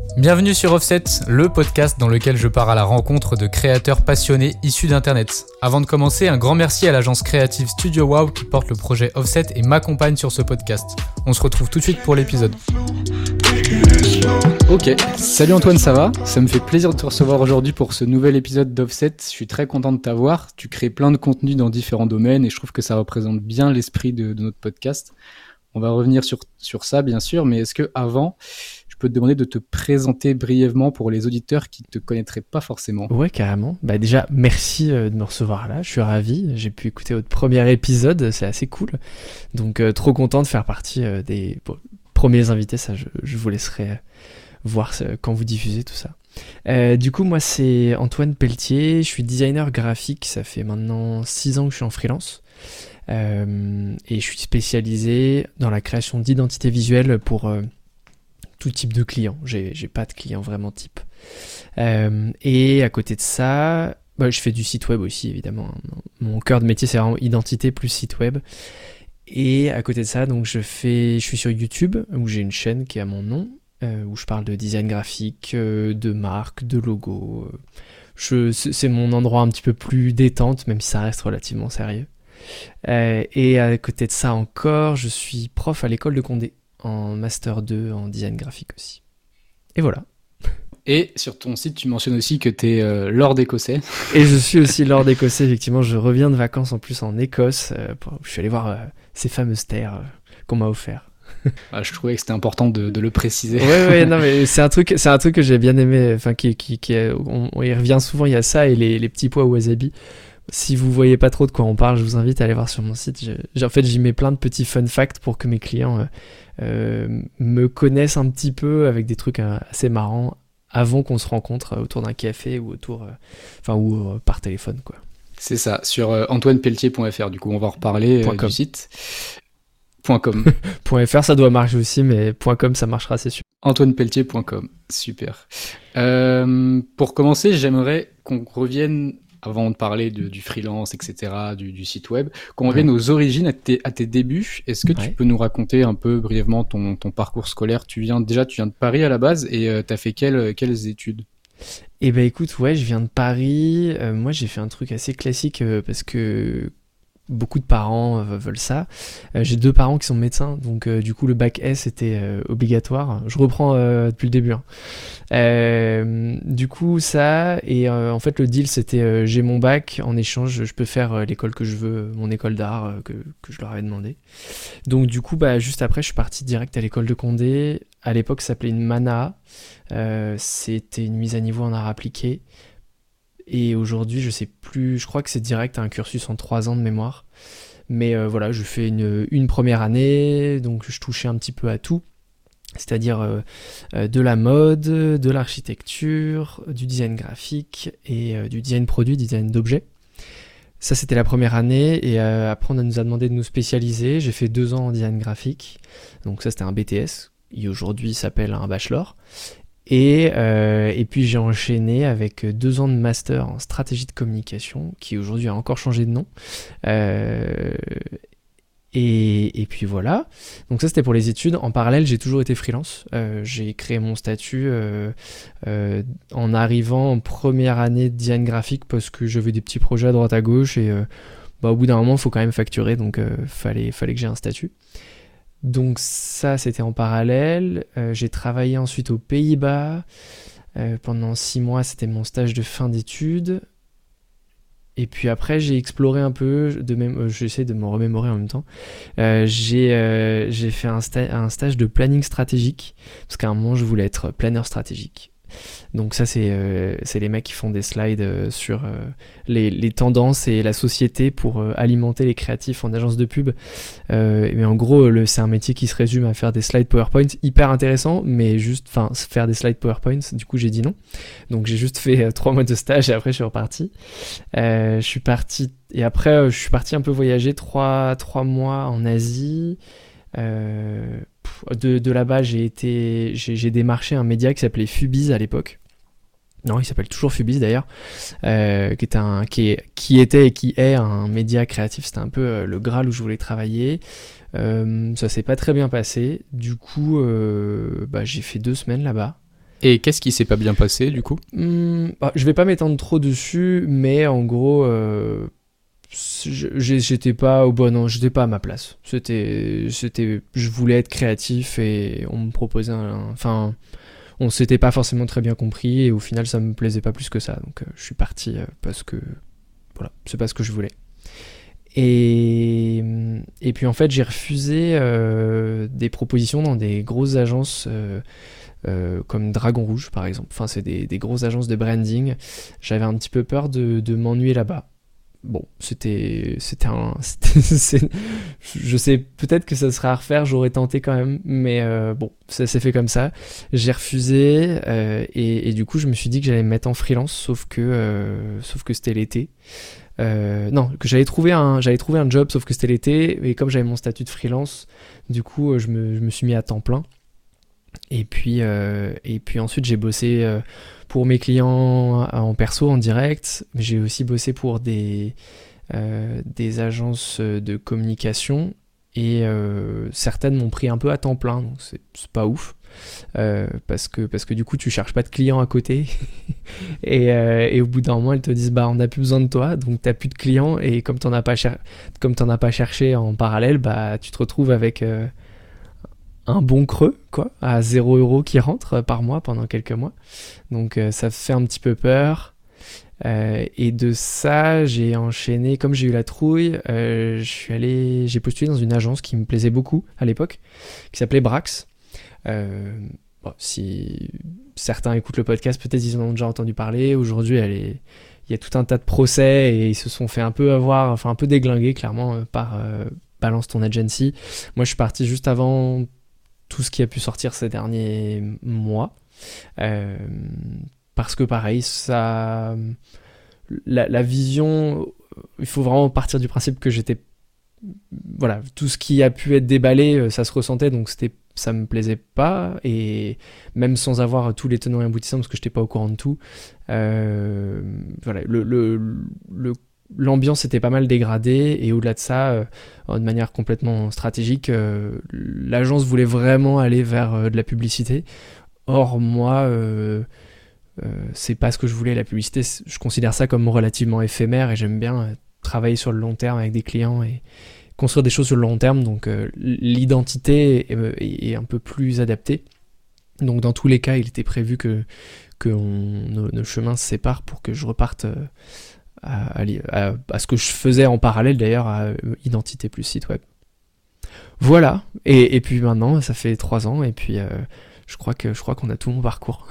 Bienvenue sur Offset, le podcast dans lequel je pars à la rencontre de créateurs passionnés issus d'Internet. Avant de commencer, un grand merci à l'agence créative Studio Wow qui porte le projet Offset et m'accompagne sur ce podcast. On se retrouve tout de suite pour l'épisode. Ok, salut Antoine, ça va ? Ça me fait plaisir de te recevoir aujourd'hui pour ce nouvel épisode d'Offset. Je suis très content de t'avoir. Tu crées plein de contenus dans différents domaines et je trouve que ça représente bien l'esprit de notre podcast. On va revenir sur ça bien sûr, mais est-ce que avant, je peux te demander de te présenter brièvement pour les auditeurs qui ne te connaîtraient pas forcément ? Ouais, carrément. Bah déjà, merci de me recevoir là, je suis ravi. J'ai pu écouter votre premier épisode, c'est assez cool. Donc trop content de faire partie des premiers invités, ça je vous laisserai voir quand vous diffusez tout ça. Du coup, moi c'est Antoine Pelletier, je suis designer graphique, ça fait maintenant 6 ans que je suis en freelance. Et je suis spécialisé dans la création d'identités visuelles pour tout type de clients. J'ai pas de clients vraiment type. Et à côté de ça, je fais du site web aussi, évidemment. Mon cœur de métier, c'est vraiment identité plus site web. Et à côté de ça, donc je suis sur YouTube, où j'ai une chaîne qui a mon nom, où je parle de design graphique, de marque, de logo. C'est mon endroit un petit peu plus détente, même si ça reste relativement sérieux. Et à côté de ça encore, je suis prof à l'école de Condé, en Master 2 en design graphique aussi. Et voilà. Et sur ton site, tu mentionnes aussi que tu es Lord écossais. Et je suis aussi Lord écossais, effectivement. Je reviens de vacances en plus en Écosse. Je suis allé voir ces fameuses terres qu'on m'a offert. Je trouvais que c'était important de le préciser. Ouais, non, mais c'est un truc que j'ai bien aimé. Enfin, on y revient souvent. Il y a ça et les petits pois wasabi. Si vous voyez pas trop de quoi on parle, je vous invite à aller voir sur mon site. En fait, j'y mets plein de petits fun facts pour que mes clients me connaissent un petit peu avec des trucs assez marrants avant qu'on se rencontre autour d'un café ou par téléphone, quoi. C'est ça, sur antoinepelletier.fr. Du coup, on va en reparler du site. .com. .fr, ça doit marcher aussi, mais .com, ça marchera, c'est sûr. antoinepelletier.com, super. Pour commencer, j'aimerais qu'on revienne, avant de parler du freelance, etc., du site web, qu'on revienne aux origines, à tes débuts. Est-ce que tu peux nous raconter un peu brièvement ton parcours scolaire ? Tu viens de Paris à la base et tu as fait quelles études ? Eh ben écoute, ouais, je viens de Paris. Moi, j'ai fait un truc assez classique parce que beaucoup de parents veulent ça. J'ai 2 parents qui sont médecins, donc du coup le bac S était obligatoire. Je reprends depuis le début. Du coup ça, et en fait le deal c'était j'ai mon bac, en échange je peux faire l'école que je veux, mon école d'art que je leur avais demandé. Donc du coup juste après je suis parti direct à l'école de Condé. À l'époque ça s'appelait une MANA, c'était une mise à niveau en art appliqué. Et aujourd'hui, je sais plus, je crois que c'est direct à un cursus en 3 ans de mémoire. Mais voilà, je fais une première année, donc je touchais un petit peu à tout. C'est-à-dire de la mode, de l'architecture, du design graphique et du design produit, design d'objets. Ça, c'était la première année. Et après, on nous a demandé de nous spécialiser. J'ai fait 2 ans en design graphique. Donc ça, c'était un BTS, qui aujourd'hui s'appelle un bachelor. Et puis j'ai enchaîné avec 2 ans de master en stratégie de communication, qui aujourd'hui a encore changé de nom. Et puis voilà. Donc ça c'était pour les études. En parallèle, j'ai toujours été freelance. J'ai créé mon statut en arrivant en première année de design graphique parce que j'avais des petits projets à droite à gauche et au bout d'un moment, il faut quand même facturer, donc fallait que j'ai un statut. Donc ça, c'était en parallèle. J'ai travaillé ensuite aux Pays-Bas. Pendant 6 mois, c'était mon stage de fin d'études. Et puis après, j'ai exploré un peu. J'essaie de me remémorer en même temps. J'ai fait un stage de planning stratégique. Parce qu'à un moment, je voulais être planeur stratégique. Donc ça, c'est les mecs qui font des slides sur les tendances et la société pour alimenter les créatifs en agence de pub. Mais en gros, c'est un métier qui se résume à faire des slides PowerPoint hyper intéressant, mais juste faire des slides PowerPoint, du coup j'ai dit non. Donc j'ai juste fait 3 mois de stage et après je suis reparti. Je suis parti un peu voyager 3 mois en Asie. De là-bas, j'ai démarché un média qui s'appelait Fubiz à l'époque. Non, il s'appelle toujours Fubiz d'ailleurs, qui était et qui est un média créatif. C'était un peu le Graal où je voulais travailler. Ça s'est pas très bien passé. Du coup, j'ai fait 2 semaines là-bas. Et qu'est-ce qui s'est pas bien passé du coup? Je vais pas m'étendre trop dessus, mais en gros, j'étais pas au bon, non, j'étais pas à ma place. Je voulais être créatif et on me proposait enfin, on s'était pas forcément très bien compris et au final ça me plaisait pas plus que ça. Donc je suis parti parce que voilà, c'est pas ce que je voulais. Et puis en fait j'ai refusé des propositions dans des grosses agences comme Dragon Rouge par exemple. Enfin c'est des grosses agences de branding. J'avais un petit peu peur de m'ennuyer là-bas. Bon, je sais peut-être que ça serait à refaire, j'aurais tenté quand même, mais bon, ça s'est fait comme ça. J'ai refusé et du coup, je me suis dit que j'allais me mettre en freelance, sauf que c'était l'été. Non, que j'allais trouver un job, sauf que c'était l'été, et comme j'avais mon statut de freelance, du coup, je me suis mis à temps plein. Et puis ensuite, j'ai bossé pour mes clients en perso, en direct. Mais j'ai aussi bossé pour des agences de communication. Et certaines m'ont pris un peu à temps plein, donc c'est pas ouf. Parce que du coup, tu cherches pas de clients à côté. et au bout d'un moment, elles te disent, bah, on n'a plus besoin de toi, donc t'as plus de clients. Et comme t'en as pas cherché en parallèle, bah, tu te retrouves avec... un bon creux, quoi, à 0 € qui rentre par mois pendant quelques mois. Donc ça fait un petit peu peur. Et de ça, j'ai enchaîné, comme j'ai eu la trouille, j'ai postulé dans une agence qui me plaisait beaucoup à l'époque, qui s'appelait Brax. Bon, si certains écoutent le podcast, peut-être ils en ont déjà entendu parler. Aujourd'hui, il y a tout un tas de procès et ils se sont fait un peu déglinguer clairement par Balance ton agency. Moi, je suis parti juste avant tout ce qui a pu sortir ces derniers mois. Parce que pareil, la vision, il faut vraiment partir du principe que voilà, tout ce qui a pu être déballé, ça se ressentait, donc ça me plaisait pas, et même sans avoir tous les tenants et aboutissants, parce que j'étais pas au courant de tout, voilà, l'ambiance était pas mal dégradée, et au-delà de ça, de manière complètement stratégique, l'agence voulait vraiment aller vers de la publicité. Or, moi, c'est pas ce que je voulais, la publicité. Je considère ça comme relativement éphémère, et j'aime bien travailler sur le long terme avec des clients et construire des choses sur le long terme, donc l'identité est un peu plus adaptée. Donc dans tous les cas, il était prévu que nos chemins se séparent pour que je reparte à ce que je faisais en parallèle d'ailleurs, à identité plus site web. Voilà, et puis maintenant ça fait 3 ans, et puis je crois qu'on a tout mon parcours.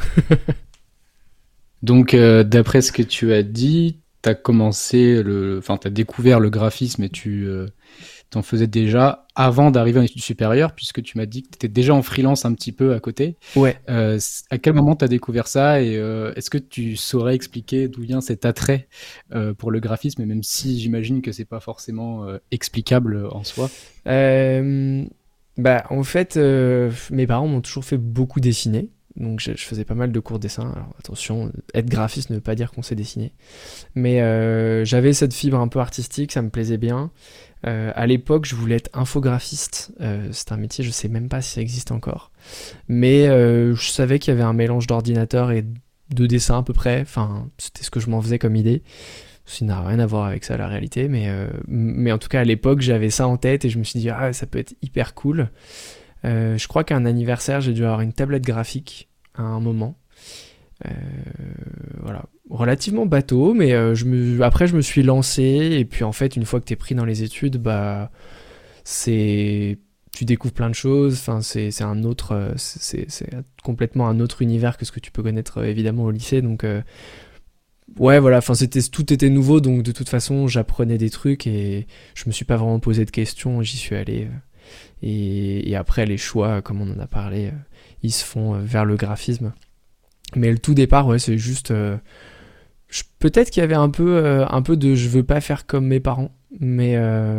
Donc d'après ce que tu as dit, t'as découvert le graphisme et tu t'en faisais déjà avant d'arriver en études supérieures, puisque tu m'as dit que tu étais déjà en freelance un petit peu à côté. Ouais. À quel moment tu as découvert ça, et est-ce que tu saurais expliquer d'où vient cet attrait pour le graphisme, même si j'imagine que c'est pas forcément explicable en soi? En fait, mes parents m'ont toujours fait beaucoup dessiner. Donc je faisais pas mal de cours de dessin. Alors attention, être graphiste ne veut pas dire qu'on sait dessiner. Mais j'avais cette fibre un peu artistique, ça me plaisait bien. À l'époque, je voulais être infographiste. C'est un métier, je sais même pas si ça existe encore. Mais je savais qu'il y avait un mélange d'ordinateur et de dessin à peu près. Enfin, c'était ce que je m'en faisais comme idée. Ça n'a rien à voir avec ça, la réalité. Mais en tout cas, à l'époque, j'avais ça en tête et je me suis dit, ça peut être hyper cool. Je crois qu'à un anniversaire, j'ai dû avoir une tablette graphique à un moment. Voilà, relativement bateau, mais après je me suis lancé, et puis en fait une fois que t'es pris dans les études, bah tu découvres plein de choses. Enfin, c'est complètement un autre univers que ce que tu peux connaître évidemment au lycée. Donc ouais, voilà, enfin tout était nouveau, donc de toute façon j'apprenais des trucs et je me suis pas vraiment posé de questions, j'y suis allé. Et après les choix, comme on en a parlé, ils se font vers le graphisme. Mais le tout départ, ouais, c'est juste... peut-être qu'il y avait un peu de je veux pas faire comme mes parents, mais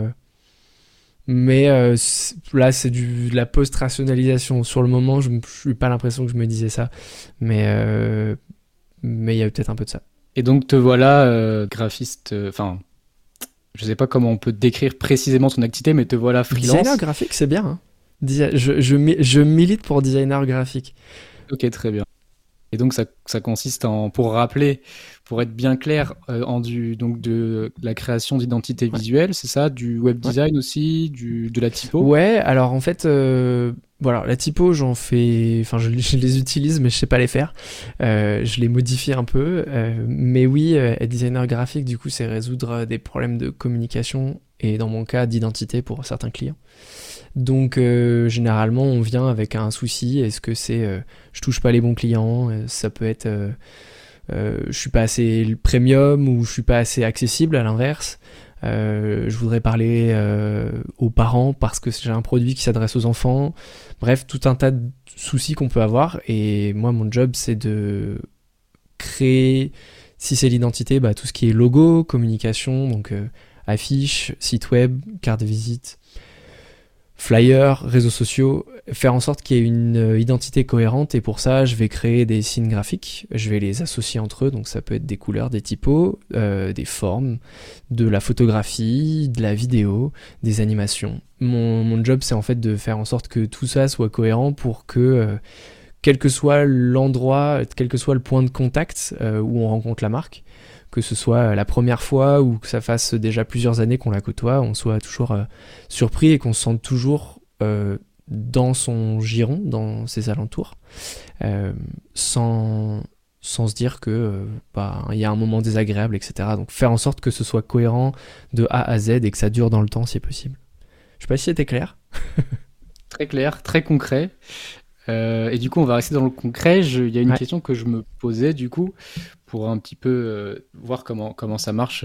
là c'est de la post-rationalisation. Sur le moment, je n'ai pas l'impression que je me disais ça, mais il y a peut-être un peu de ça. Et donc te voilà graphiste, je sais pas comment on peut décrire précisément ton activité, mais te voilà freelance. Designer graphique, c'est bien, hein. Je milite pour designer graphique. Ok, très bien. Et donc ça consiste pour rappeler, pour être bien clair, donc de la création d'identité visuelle, c'est ça, du web design aussi, de la typo. Ouais, alors en fait, voilà, la typo, je les utilise, mais je sais pas les faire. Je les modifie un peu, mais oui, être designer graphique, du coup, c'est résoudre des problèmes de communication et dans mon cas d'identité pour certains clients. Donc généralement on vient avec un souci, est-ce que c'est je touche pas les bons clients, ça peut être je suis pas assez premium ou je suis pas assez accessible à l'inverse, je voudrais parler aux parents parce que j'ai un produit qui s'adresse aux enfants, bref tout un tas de soucis qu'on peut avoir et moi mon job c'est de créer, si c'est l'identité, tout ce qui est logo, communication, donc affiches, site web, carte de visite, flyers, réseaux sociaux, faire en sorte qu'il y ait une identité cohérente et pour ça je vais créer des signes graphiques, je vais les associer entre eux, donc ça peut être des couleurs, des typos, des formes, de la photographie, de la vidéo, des animations. Mon job c'est en fait de faire en sorte que tout ça soit cohérent pour que quel que soit l'endroit, quel que soit le point de contact où on rencontre la marque, que ce soit la première fois ou que ça fasse déjà plusieurs années qu'on la côtoie, on soit toujours surpris et qu'on se sente toujours dans son giron, dans ses alentours, sans se dire que il y a un moment désagréable, etc. Donc faire en sorte que ce soit cohérent de A à Z et que ça dure dans le temps si possible. Je sais pas si c'était clair. Très clair, très concret. Et du coup, on va rester dans le concret. Il y a une question que je me posais du coup pour un petit peu voir comment ça marche,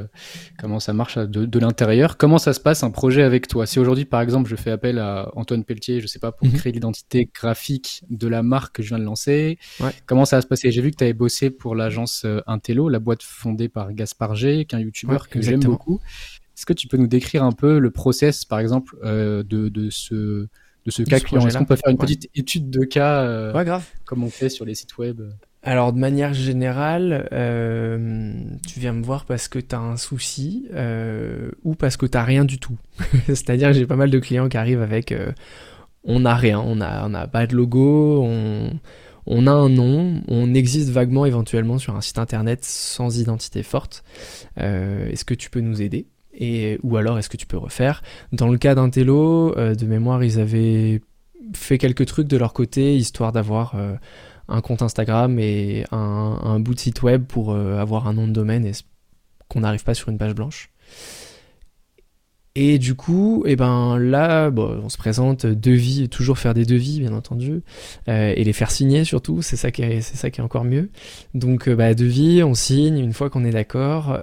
de l'intérieur. Comment ça se passe un projet avec toi? Si aujourd'hui, par exemple, je fais appel à Antoine Pelletier, je sais pas, pour créer l'identité graphique de la marque que je viens de lancer, comment ça va se passer? J'ai vu que tu avais bossé pour l'agence Intello, la boîte fondée par Gaspard G, qui est un youtubeur que j'aime beaucoup. Est-ce que tu peux nous décrire un peu le process, par exemple, de ce cas client? Est-ce qu'on peut faire une petite étude de cas grave. comme on fait sur les sites web? Alors de manière générale, tu viens me voir parce que tu as un souci ou parce que tu n'as rien du tout. C'est-à-dire que j'ai pas mal de clients qui arrivent avec on n'a rien, on n'a pas de logo, on a un nom, on existe vaguement éventuellement sur un site internet sans identité forte. Est-ce que tu peux nous aider ? Ou alors est-ce que tu peux refaire? Dans le cas d'Intello, de mémoire, ils avaient fait quelques trucs de leur côté, histoire d'avoir un compte Instagram et un bout de site web pour avoir un nom de domaine et qu'on n'arrive pas sur une page blanche. Et du coup, là, on se présente, devis, toujours faire des devis, bien entendu, et les faire signer surtout, c'est ça qui est encore mieux. Donc, devis, on signe, une fois qu'on est d'accord,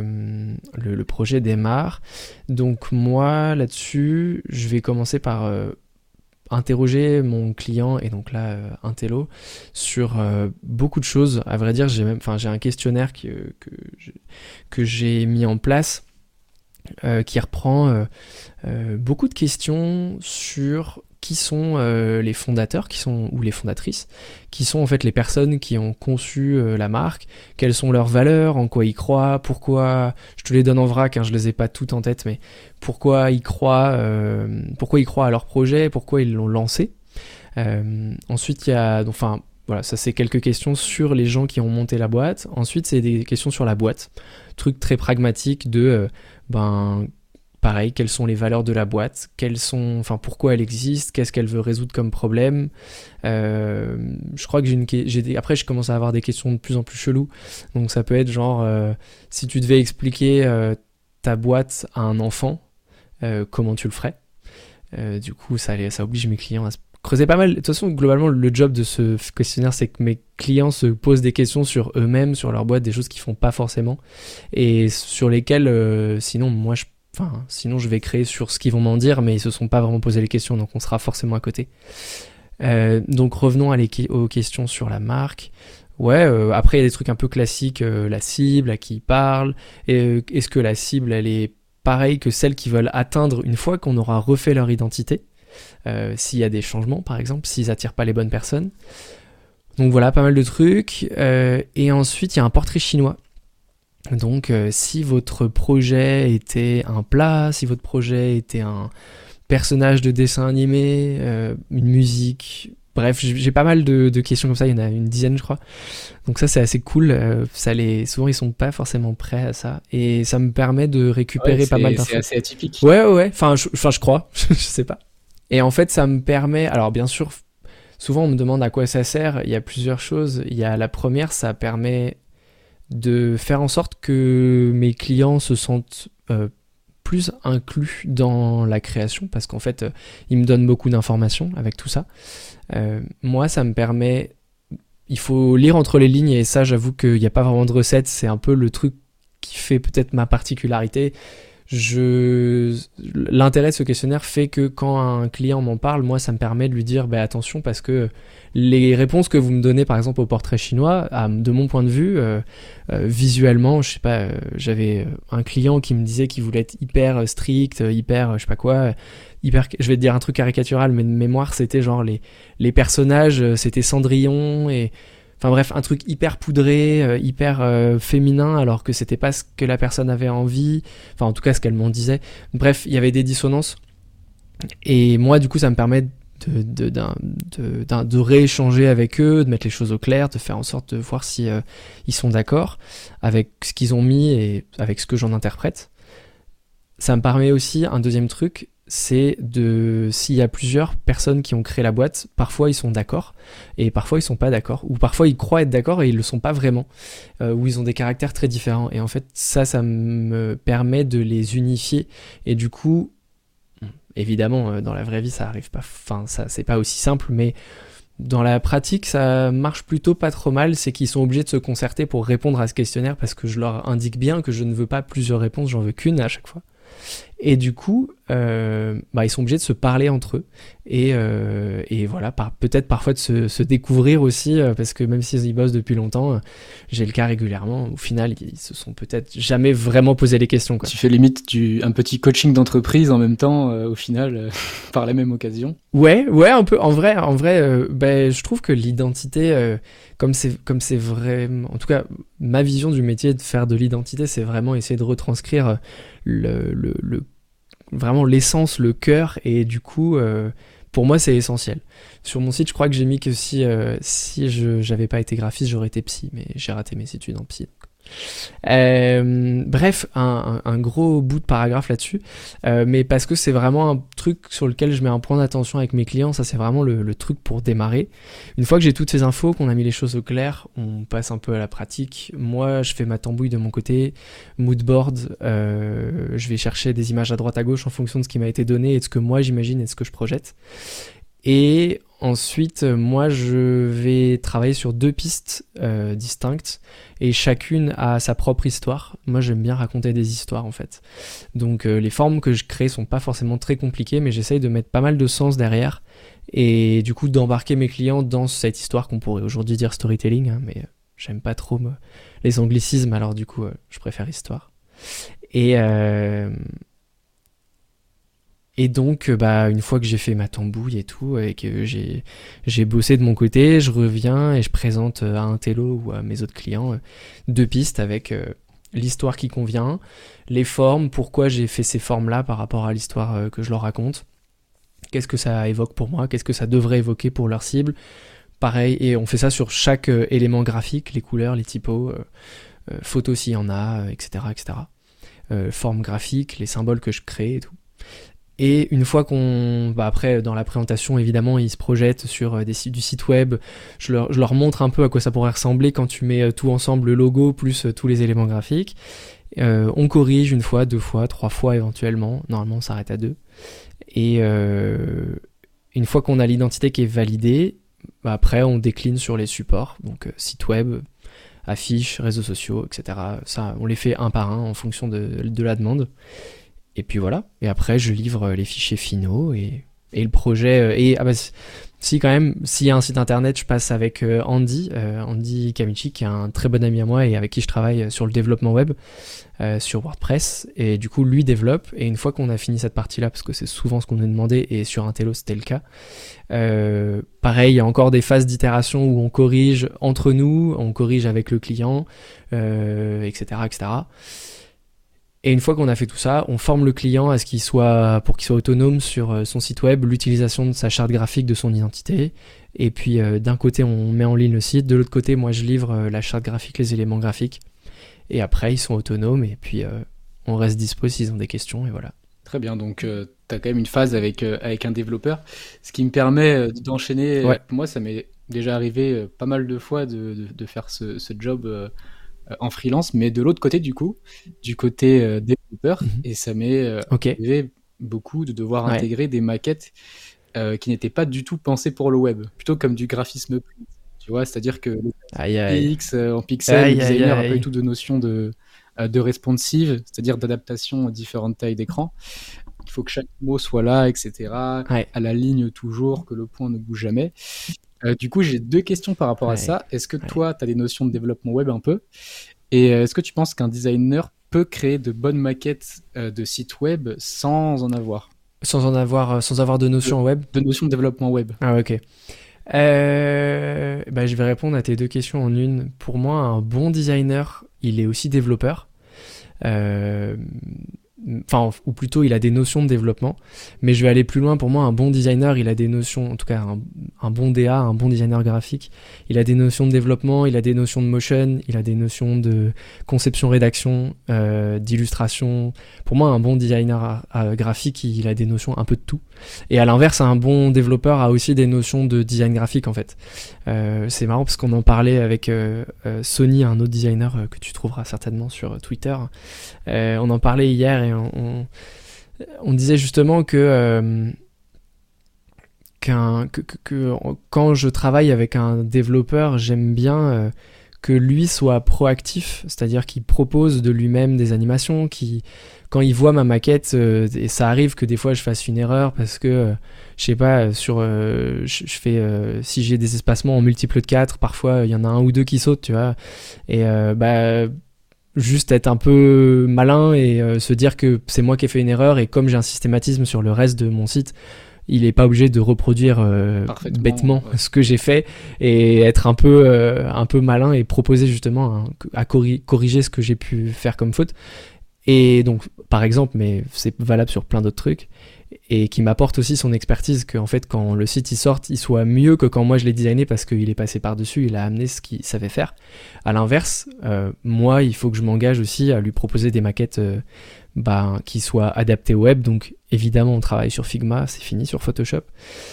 le projet démarre. Donc moi, là-dessus, je vais commencer par interroger mon client, et donc là, Intello, sur beaucoup de choses. À vrai dire, j'ai un questionnaire que j'ai mis en place, qui reprend beaucoup de questions sur qui sont les fondateurs ou les fondatrices, qui sont en fait les personnes qui ont conçu la marque, quelles sont leurs valeurs, en quoi ils croient, pourquoi, je te les donne en vrac, je les ai pas toutes en tête, mais pourquoi ils croient à leur projet, pourquoi ils l'ont lancé. Ensuite, il y a, voilà, ça c'est quelques questions sur les gens qui ont monté la boîte. Ensuite, c'est des questions sur la boîte, truc très pragmatique de pareil, quelles sont les valeurs de la boîte, pourquoi elle existe, qu'est-ce qu'elle veut résoudre comme problème. Je crois que après je commence à avoir des questions de plus en plus cheloues, donc ça peut être genre si tu devais expliquer ta boîte à un enfant, comment tu le ferais. Du coup ça oblige mes clients à se creuser pas mal. De toute façon, globalement, le job de ce questionnaire, c'est que mes clients se posent des questions sur eux-mêmes, sur leur boîte, des choses qu'ils font pas forcément, et sur lesquelles, sinon je vais créer sur ce qu'ils vont m'en dire, mais ils se sont pas vraiment posé les questions, donc on sera forcément à côté. Donc revenons aux questions sur la marque. Après il y a des trucs un peu classiques, la cible, à qui il parle, est-ce que la cible, elle est pareille que celle qu'ils veulent atteindre une fois qu'on aura refait leur identité, s'il y a des changements par exemple, s'ils attirent pas les bonnes personnes. Donc voilà, pas mal de trucs. Et ensuite il y a un portrait chinois. Donc si votre projet était un plat, si votre projet était un personnage de dessin animé, une musique, Bref, j'ai pas mal de questions comme ça, il y en a une dizaine je crois. Donc ça c'est assez cool, souvent ils sont pas forcément prêts à ça. Et ça me permet de récupérer pas mal d'infos. C'est assez atypique. Ouais, enfin je crois, je sais pas. Et en fait ça me permet, alors bien sûr, souvent on me demande à quoi ça sert, il y a plusieurs choses. Il y a la première, ça permet de faire en sorte que mes clients se sentent plus inclus dans la création, parce qu'en fait ils me donnent beaucoup d'informations avec tout ça. Moi ça me permet, il faut lire entre les lignes, et ça j'avoue qu'il n'y a pas vraiment de recette, c'est un peu le truc qui fait peut-être ma particularité. L'intérêt de ce questionnaire fait que quand un client m'en parle, moi ça me permet de lui dire attention, parce que les réponses que vous me donnez par exemple au portrait chinois, de mon point de vue, visuellement, je sais pas, j'avais un client qui me disait qu'il voulait être hyper strict, hyper je sais pas quoi, hyper, je vais te dire un truc caricatural, mais de mémoire c'était genre les personnages, c'était Cendrillon, et enfin bref, un truc hyper poudré, hyper féminin, alors que c'était pas ce que la personne avait envie, enfin en tout cas ce qu'elle m'en disait. Bref, il y avait des dissonances, et moi du coup ça me permet de rééchanger avec eux, de mettre les choses au clair, de faire en sorte de voir si ils sont d'accord avec ce qu'ils ont mis et avec ce que j'en interprète. Ça me permet aussi, un deuxième truc, c'est s'il y a plusieurs personnes qui ont créé la boîte, parfois ils sont d'accord et parfois ils sont pas d'accord, ou parfois ils croient être d'accord et ils le sont pas vraiment, ou ils ont des caractères très différents, et en fait ça me permet de les unifier. Et du coup, évidemment dans la vraie vie ça arrive pas, enfin ça c'est pas aussi simple, mais dans la pratique ça marche plutôt pas trop mal. C'est qu'ils sont obligés de se concerter pour répondre à ce questionnaire, parce que je leur indique bien que je ne veux pas plusieurs réponses, j'en veux qu'une à chaque fois. Et du coup, ils sont obligés de se parler entre eux, et voilà, peut-être parfois de se découvrir aussi, parce que même s'ils y bossent depuis longtemps, j'ai le cas régulièrement, au final ils se sont peut-être jamais vraiment posé les questions, quoi. Tu fais limite un petit coaching d'entreprise en même temps, au final, par la même occasion. Ouais, un peu. En vrai, je trouve que l'identité, comme c'est vraiment, en tout cas, ma vision du métier de faire de l'identité, c'est vraiment essayer de retranscrire vraiment l'essence, le cœur, et du coup, pour moi, c'est essentiel. Sur mon site, je crois que j'ai mis que si j'avais pas été graphiste, j'aurais été psy, mais j'ai raté mes études en psy. Bref, un gros bout de paragraphe là-dessus, mais parce que c'est vraiment un truc sur lequel je mets un point d'attention avec mes clients. Ça c'est vraiment le truc pour démarrer. Une fois que j'ai toutes ces infos, qu'on a mis les choses au clair, on passe un peu à la pratique. Moi je fais ma tambouille de mon côté, moodboard, je vais chercher des images à droite à gauche en fonction de ce qui m'a été donné et de ce que moi j'imagine et de ce que je projette. Et ensuite, moi, je vais travailler sur 2 pistes distinctes, et chacune a sa propre histoire. Moi, j'aime bien raconter des histoires, en fait. Donc, les formes que je crée sont pas forcément très compliquées, mais j'essaye de mettre pas mal de sens derrière, et du coup, d'embarquer mes clients dans cette histoire qu'on pourrait aujourd'hui dire storytelling, hein, mais j'aime pas trop les anglicismes, alors du coup, je préfère histoire. Et donc, une fois que j'ai fait ma tambouille et tout, et que j'ai bossé de mon côté, je reviens et je présente à un télo ou à mes autres clients 2 pistes avec l'histoire qui convient, les formes, pourquoi j'ai fait ces formes-là par rapport à l'histoire que je leur raconte, qu'est-ce que ça évoque pour moi, qu'est-ce que ça devrait évoquer pour leur cible. Pareil, et on fait ça sur chaque élément graphique, les couleurs, les typos, photos s'il y en a, etc. Forme graphique, les symboles que je crée et tout. Et une fois après, dans la présentation, évidemment, ils se projettent sur du site web. Je leur montre un peu à quoi ça pourrait ressembler quand tu mets tout ensemble, le logo plus tous les éléments graphiques. On corrige 1 fois, 2 fois, 3 fois éventuellement. Normalement, on s'arrête à 2. Et une fois qu'on a l'identité qui est validée, après, on décline sur les supports. Donc, site web, affiches, réseaux sociaux, etc. Ça, on les fait un par un en fonction de la demande. Et puis voilà, et après je livre les fichiers finaux et le projet. Si quand même, s'il y a un site internet, je passe avec Andy Kamichi, qui est un très bon ami à moi et avec qui je travaille sur le développement web, sur WordPress. Et du coup, lui développe, et une fois qu'on a fini cette partie-là, parce que c'est souvent ce qu'on nous demandait, et sur un télo c'était le cas, pareil, il y a encore des phases d'itération où on corrige entre nous, on corrige avec le client, etc. Et une fois qu'on a fait tout ça, on forme le client à ce pour qu'il soit autonome sur son site web, l'utilisation de sa charte graphique, de son identité. Et puis d'un côté, on met en ligne le site, de l'autre côté, moi je livre la charte graphique, les éléments graphiques. Et après, ils sont autonomes et puis on reste dispo s'ils ont des questions et voilà. Très bien, donc tu as quand même une phase avec un développeur, ce qui me permet d'enchaîner. Ouais. Moi, ça m'est déjà arrivé pas mal de fois de faire ce job en freelance, mais de l'autre côté, du coup, du côté développeur, Mhm. et ça m'est Ok. arrivé beaucoup de devoir Ouais. intégrer des maquettes qui n'étaient pas du tout pensées pour le web, plutôt comme du graphisme print, tu vois, c'est-à-dire que les Aïe aïe. PX en pixels, le Aïe aïe designer n'a pas eu aïe. tout de notion de responsive, c'est-à-dire d'adaptation aux différentes tailles d'écran. Il faut que chaque mot soit là, etc., Ouais. à la ligne toujours, que le point ne bouge jamais. Du coup, j'ai deux questions par rapport à Ouais. ça. Est-ce que Ouais. toi, tu as des notions de développement web un peu? Et est-ce que tu penses qu'un designer peut créer de bonnes maquettes de sites web sans en avoir? Sans avoir de De, notion web. de notions de développement web. Ah, ok. Bah, je vais répondre à tes deux questions en une. Pour moi, un bon designer, il est aussi développeur. Euh, Enfin, ou plutôt, il a des notions de développement. Mais je vais aller plus loin. Pour moi, un bon designer, il a des notions, en tout cas, un bon DA, un bon designer graphique, il a des notions de développement, il a des notions de motion, il a des notions de conception-rédaction, d'illustration. Pour moi, un bon designer graphique, il a des notions un peu de tout. Et à l'inverse, un bon développeur a aussi des notions de design graphique, en fait. C'est marrant parce qu'on en parlait avec Sony, un autre designer que tu trouveras certainement sur Twitter. On en parlait hier et on disait justement que quand je travaille avec un développeur, j'aime bien que lui soit proactif, c'est-à-dire qu'il propose de lui-même des animations, quand il voit ma maquette, et ça arrive que des fois je fasse une erreur parce que, je sais pas, je fais, si j'ai des espacements en multiples de 4, parfois il y en a un ou deux qui sautent, tu vois, et juste être un peu malin et se dire que c'est moi qui ai fait une erreur et comme j'ai un systématisme sur le reste de mon site, il est pas obligé de reproduire bêtement Ouais. ce que j'ai fait et être un peu malin et proposer justement à corriger ce que j'ai pu faire comme faute. Et donc, par exemple, mais c'est valable sur plein d'autres trucs, et qui m'apporte aussi son expertise, qu'en fait, quand le site il sorte, il soit mieux que quand moi je l'ai designé parce qu'il est passé par-dessus, il a amené ce qu'il savait faire. À l'inverse, moi, il faut que je m'engage aussi à lui proposer des maquettes qui soient adaptées au web. Donc, évidemment, on travaille sur Figma, c'est fini sur Photoshop.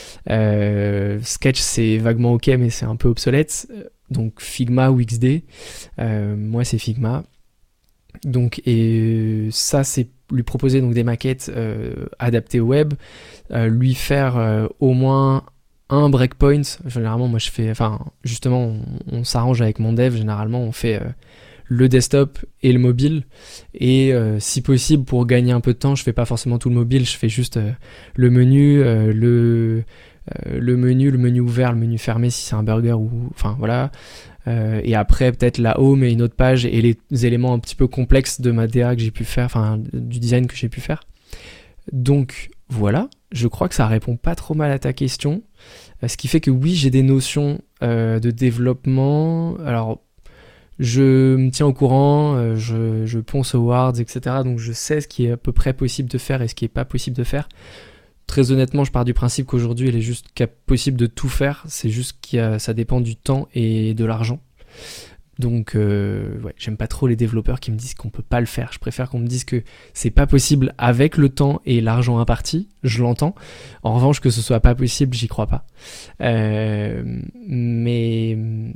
Sketch, c'est vaguement ok, mais c'est un peu obsolète. Donc, Figma ou XD. Moi, c'est Figma. Donc, et ça, c'est lui proposer donc des maquettes adaptées au web, lui faire au moins un breakpoint. Généralement, moi je fais, enfin, justement, on s'arrange avec mon dev. Généralement, on fait le desktop et le mobile. Et si possible, pour gagner un peu de temps, je fais pas forcément tout le mobile, je fais juste le menu, le menu ouvert, le menu fermé si c'est un burger ou, enfin voilà. Et après peut-être la home et une autre page et les éléments un petit peu complexes de ma DA que j'ai pu faire, enfin du design que j'ai pu faire. Donc voilà, je crois que ça répond pas trop mal à ta question. Ce qui fait que oui, j'ai des notions de développement. Alors je me tiens au courant, je ponce aux words, etc. Donc je sais ce qui est à peu près possible de faire et ce qui est pas possible de faire. Très honnêtement, je pars du principe qu'aujourd'hui, il est juste possible de tout faire. C'est juste ça dépend du temps et de l'argent. Donc, ouais, j'aime pas trop les développeurs qui me disent qu'on peut pas le faire. Je préfère qu'on me dise que c'est pas possible avec le temps et l'argent imparti. Je l'entends. En revanche, que ce soit pas possible, j'y crois pas. Mais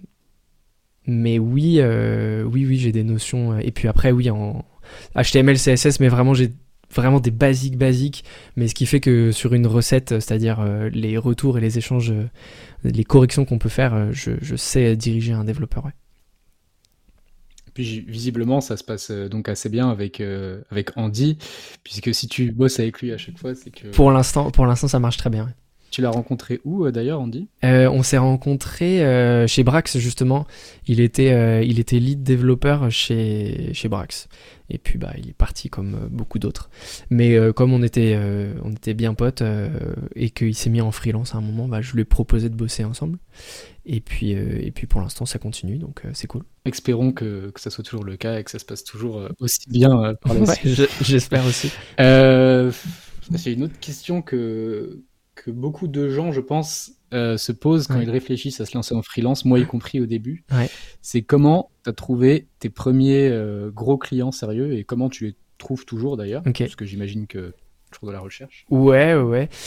oui, oui, j'ai des notions. Et puis après, oui, en HTML, CSS, mais vraiment, j'ai vraiment des basiques, mais ce qui fait que sur une recette, c'est-à-dire les retours et les échanges, les corrections qu'on peut faire, je sais diriger un développeur. Ouais. Et puis visiblement, ça se passe donc assez bien avec Andy, puisque si tu bosses avec lui à chaque fois, c'est que Pour l'instant, ça marche très bien. Ouais. Tu l'as rencontré où d'ailleurs, Andy? On s'est rencontrés chez Brax justement. Il était lead développeur chez Brax. Et puis il est parti comme beaucoup d'autres. Mais comme on était bien potes et qu'il s'est mis en freelance à un moment, je lui ai proposé de bosser ensemble. Et puis pour l'instant ça continue, donc c'est cool. Espérons que ça soit toujours le cas et que ça se passe toujours aussi bien par la suite. J'espère aussi. C'est une autre question que beaucoup de gens, je pense, se posent quand ils réfléchissent à se lancer en freelance, moi y compris au début. Ouais. C'est comment tu as trouvé tes premiers gros clients sérieux et comment tu les trouves toujours d'ailleurs, parce que j'imagine que toujours de la recherche. Ouais.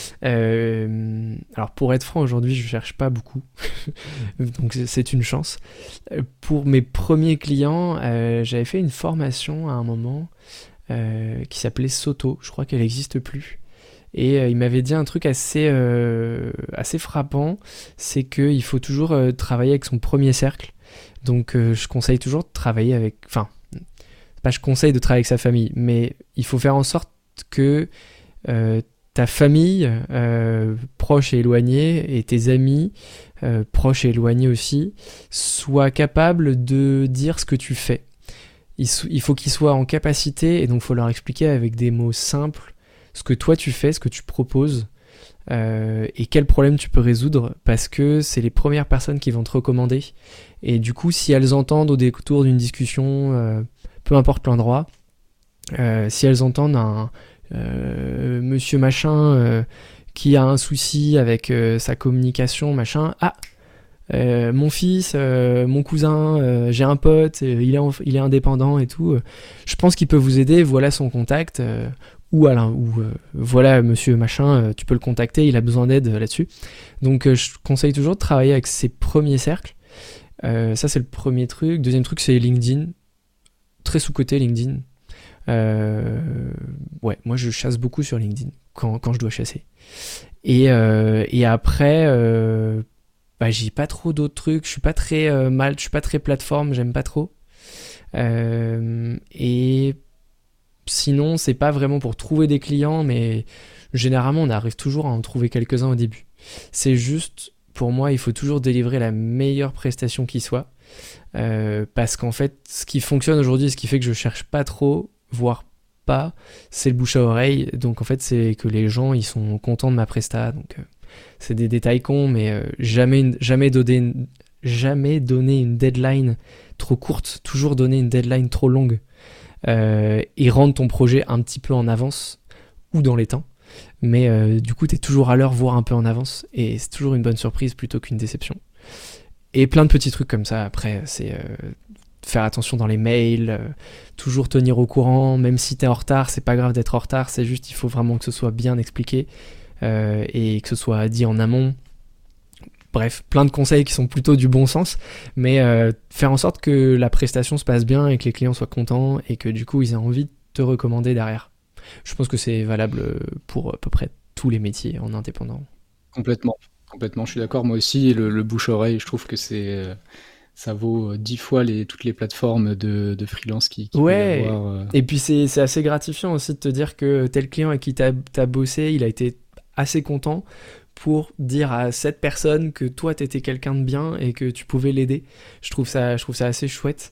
Alors pour être franc, aujourd'hui je cherche pas beaucoup, donc c'est une chance. Pour mes premiers clients, j'avais fait une formation à un moment qui s'appelait Soto, je crois qu'elle n'existe plus. Et il m'avait dit un truc assez frappant, c'est qu'il faut toujours travailler avec son premier cercle. Donc je conseille toujours de travailler avec... Enfin, pas je conseille de travailler avec sa famille, mais il faut faire en sorte que ta famille, proche et éloignée, et tes amis, proches et éloignés aussi, soient capables de dire ce que tu fais. Il faut qu'ils soient en capacité, et donc il faut leur expliquer avec des mots simples ce que toi tu fais, ce que tu proposes, et quel problème tu peux résoudre, parce que c'est les premières personnes qui vont te recommander. Et du coup, si elles entendent au détour d'une discussion, peu importe l'endroit, si elles entendent un monsieur machin qui a un souci avec sa communication, machin, mon fils, mon cousin, j'ai un pote, il est indépendant et tout, je pense qu'il peut vous aider, voilà son contact, ou voilà monsieur machin, tu peux le contacter, il a besoin d'aide là-dessus. Donc je conseille toujours de travailler avec ses premiers cercles. Ça c'est le premier truc. Deuxième truc, c'est LinkedIn, très sous-coté LinkedIn. Moi je chasse beaucoup sur LinkedIn quand je dois chasser. Et après j'ai pas trop d'autres trucs, je suis pas très je suis pas très plateforme, j'aime pas trop. Et sinon, c'est pas vraiment pour trouver des clients, mais généralement, on arrive toujours à en trouver quelques-uns au début. C'est juste, pour moi, il faut toujours délivrer la meilleure prestation qui soit. Parce qu'en fait, ce qui fonctionne aujourd'hui, ce qui fait que je cherche pas trop, voire pas, c'est le bouche à oreille. Donc en fait, c'est que les gens, ils sont contents de ma presta. Donc c'est des détails cons, mais jamais donner une deadline trop courte, toujours donner une deadline trop longue. Et rendre ton projet un petit peu en avance ou dans les temps, mais du coup t'es toujours à l'heure, voire un peu en avance, et c'est toujours une bonne surprise plutôt qu'une déception. Et plein de petits trucs comme ça. Après, c'est faire attention dans les mails, toujours tenir au courant, même si t'es en retard, c'est pas grave d'être en retard, c'est juste il faut vraiment que ce soit bien expliqué et que ce soit dit en amont. Bref, plein de conseils qui sont plutôt du bon sens, mais faire en sorte que la prestation se passe bien et que les clients soient contents et que du coup ils aient envie de te recommander derrière. Je pense que c'est valable pour à peu près tous les métiers en indépendant. Complètement, je suis d'accord. Moi aussi, le bouche-oreille, je trouve que ça vaut 10 fois toutes les plateformes de freelance qui peut y avoir. Et puis c'est assez gratifiant aussi de te dire que tel client avec qui t'as bossé, il a été assez content pour dire à cette personne que toi t'étais quelqu'un de bien et que tu pouvais l'aider. Je trouve ça assez chouette.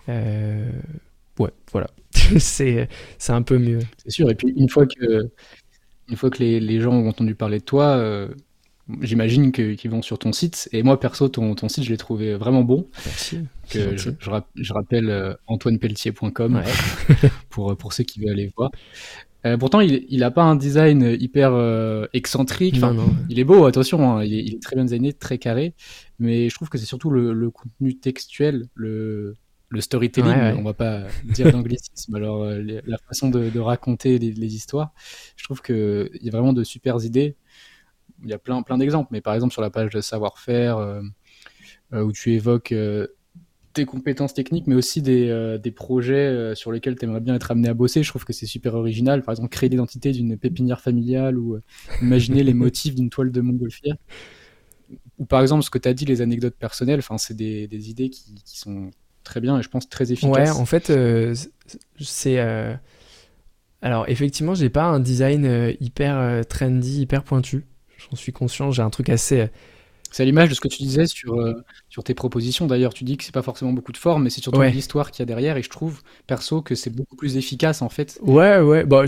Voilà. c'est un peu mieux. C'est sûr. Et puis une fois que les gens ont entendu parler de toi, j'imagine qu'ils vont sur ton site. Et moi perso, ton site, je l'ai trouvé vraiment bon. Merci. Je rappelle antoinepelletier.com pour ceux qui veulent aller voir. Pourtant, il a pas un design hyper excentrique. Enfin, non. Il est beau, attention, hein, il est très bien designé, très carré. Mais je trouve que c'est surtout le contenu textuel, le storytelling. On va pas dire d'anglicisme. Alors, la façon de raconter les histoires, je trouve qu'il y a vraiment de super idées. Il y a plein d'exemples. Mais par exemple, sur la page de savoir-faire, où tu évoques tes compétences techniques, mais aussi des projets sur lesquels tu aimerais bien être amené à bosser. Je trouve que c'est super original. Par exemple, créer l'identité d'une pépinière familiale ou imaginer les motifs d'une toile de montgolfière. Ou par exemple, ce que tu as dit, les anecdotes personnelles, c'est des idées qui sont très bien et je pense très efficaces. Ouais, en fait, c'est... Alors, effectivement, j'ai pas un design hyper trendy, hyper pointu. j'en suis conscient. J'ai un truc assez... C'est à l'image de ce que tu disais sur tes propositions. D'ailleurs, tu dis que c'est pas forcément beaucoup de forme, mais c'est surtout Ouais. l'histoire qu'il y a derrière. Et je trouve, perso, que c'est beaucoup plus efficace, en fait. Ouais, bah,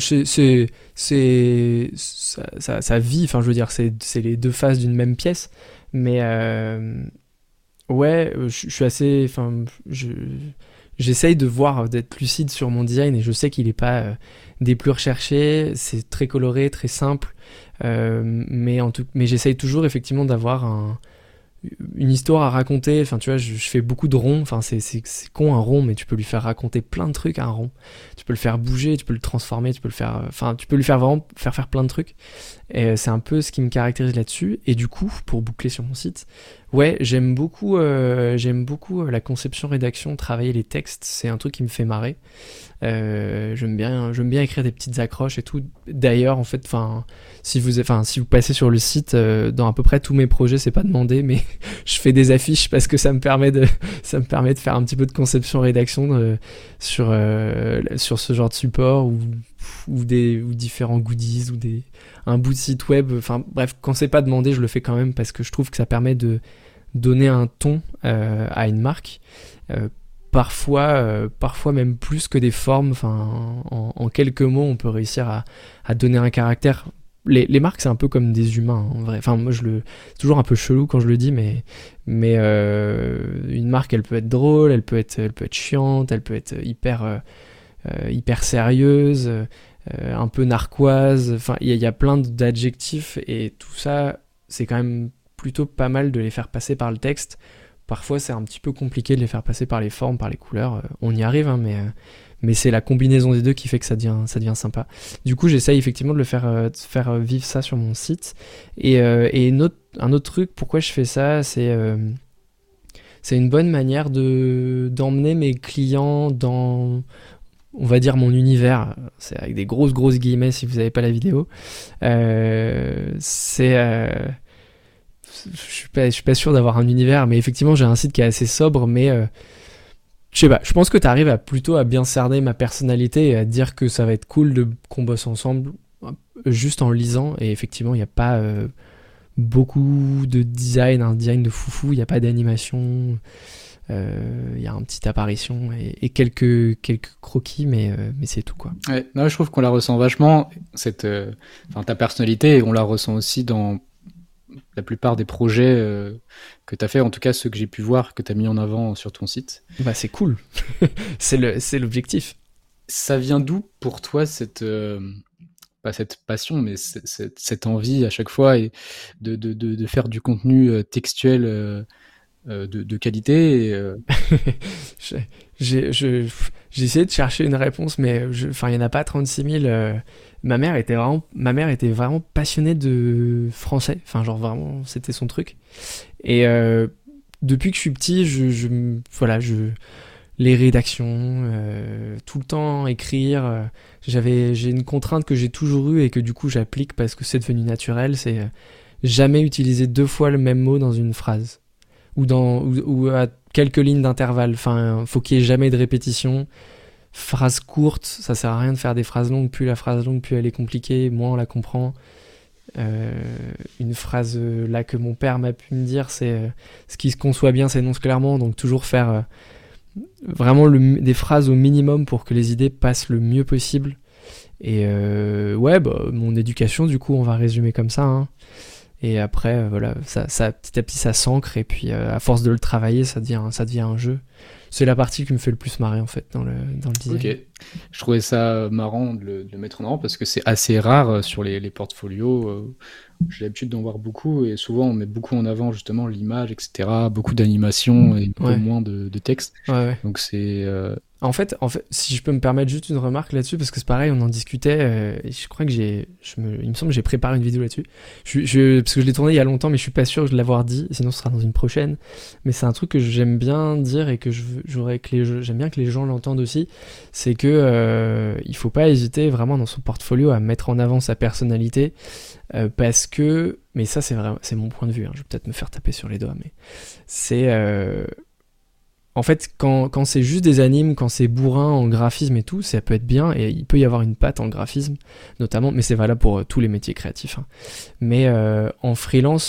ça vit, enfin, je veux dire, c'est les deux faces d'une même pièce. Mais, ouais, je suis assez, enfin, j'essaye de voir, d'être lucide sur mon design et je sais qu'il est pas des plus recherchés, c'est très coloré, très simple, mais j'essaye toujours effectivement d'avoir une histoire à raconter. Enfin, tu vois, je fais beaucoup de ronds. Enfin, c'est con un rond, mais tu peux lui faire raconter plein de trucs à un rond. Tu peux le faire bouger, tu peux le transformer, tu peux le faire. Enfin, tu peux lui faire vraiment faire plein de trucs. Et c'est un peu ce qui me caractérise là-dessus. Et du coup, pour boucler sur mon site, ouais, j'aime beaucoup la conception, rédaction, travailler les textes. C'est un truc qui me fait marrer. J'aime bien écrire des petites accroches et tout. D'ailleurs, en fait, si vous passez sur le site, dans à peu près tous mes projets, c'est pas demandé, mais je fais des affiches parce que ça me permet de faire un petit peu de conception rédaction sur ce genre de support ou différents goodies ou un bout de site web. Enfin bref, quand c'est pas demandé, je le fais quand même parce que je trouve que ça permet de donner un ton à une marque. Parfois même plus que des formes. Enfin, en quelques mots, on peut réussir à donner un caractère. Les marques, c'est un peu comme des humains, en vrai. Enfin, moi, c'est toujours un peu chelou quand je le dis, mais une marque, elle peut être drôle, elle peut être chiante, elle peut être hyper sérieuse, un peu narquoise. Enfin, il y a plein d'adjectifs et tout ça, c'est quand même plutôt pas mal de les faire passer par le texte. Parfois, c'est un petit peu compliqué de les faire passer par les formes, par les couleurs. On y arrive, hein, mais c'est la combinaison des deux qui fait que ça devient sympa. Du coup, j'essaye effectivement de faire vivre ça sur mon site. Et un autre truc, pourquoi je fais ça, c'est une bonne manière d'emmener mes clients dans, on va dire, mon univers. C'est avec des grosses guillemets si vous n'avez pas la vidéo. Je suis pas sûr d'avoir un univers, mais effectivement j'ai un site qui est assez sobre, mais je sais pas, je pense que tu arrives plutôt à bien cerner ma personnalité et à te dire que ça va être cool qu'on bosse ensemble juste en lisant. Et effectivement il n'y a pas beaucoup de design, un design de foufou, il n'y a pas d'animation, il y a une petite apparition et quelques croquis, mais c'est tout, quoi. Ouais, non, je trouve qu'on la ressent vachement, ta personnalité, et on la ressent aussi dans la plupart des projets que tu as fait, en tout cas ceux que j'ai pu voir, que tu as mis en avant sur ton site. Bah c'est cool, c'est l'objectif. Ça vient d'où pour toi pas cette passion, mais cette envie à chaque fois de faire du contenu textuel de qualité J'ai essayé de chercher une réponse, mais il n'y en a pas 36 000. Ma mère était vraiment passionnée de français. Enfin, genre vraiment, c'était son truc. Et depuis que je suis petit, les rédactions, tout le temps écrire. J'ai une contrainte que j'ai toujours eue et que du coup j'applique parce que c'est devenu naturel. C'est jamais utiliser 2 fois le même mot dans une phrase ou à quelques lignes d'intervalle. Enfin, faut qu'il y ait jamais de répétition. Phrase courte, ça sert à rien de faire des phrases longues. Plus la phrase longue, plus elle est compliquée, moins on la comprend. Une phrase là que mon père m'a pu me dire, c'est ce qui se conçoit bien s'énonce clairement. Donc toujours faire vraiment des phrases au minimum pour que les idées passent le mieux possible. Et mon éducation, du coup, on va résumer comme ça, hein. Et après, voilà, ça petit à petit, ça s'ancre. Et puis, à force de le travailler, ça devient un jeu. C'est la partie qui me fait le plus marrer, en fait, dans le design. Ok. Je trouvais ça marrant de le mettre en avant parce que c'est assez rare sur les portfolios. J'ai l'habitude d'en voir beaucoup et souvent on met beaucoup en avant justement l'image, etc. Beaucoup d'animation et un peu moins de texte. Ouais. Donc c'est... En fait, si je peux me permettre juste une remarque là-dessus, parce que c'est pareil, on en discutait, et je crois que il me semble que j'ai préparé une vidéo là-dessus. Parce que je l'ai tournée il y a longtemps, mais je suis pas sûr de l'avoir dit, sinon ce sera dans une prochaine. Mais c'est un truc que j'aime bien dire et que j'aime bien que les gens l'entendent aussi, c'est que il faut pas hésiter vraiment dans son portfolio à mettre en avant sa personnalité, parce que, mais ça c'est mon point de vue, hein, je vais peut-être me faire taper sur les doigts, mais c'est en fait, quand c'est juste des animes, quand c'est bourrin en graphisme et tout, ça peut être bien, et il peut y avoir une patte en graphisme, notamment, mais c'est valable pour tous les métiers créatifs. Hein. Mais en freelance,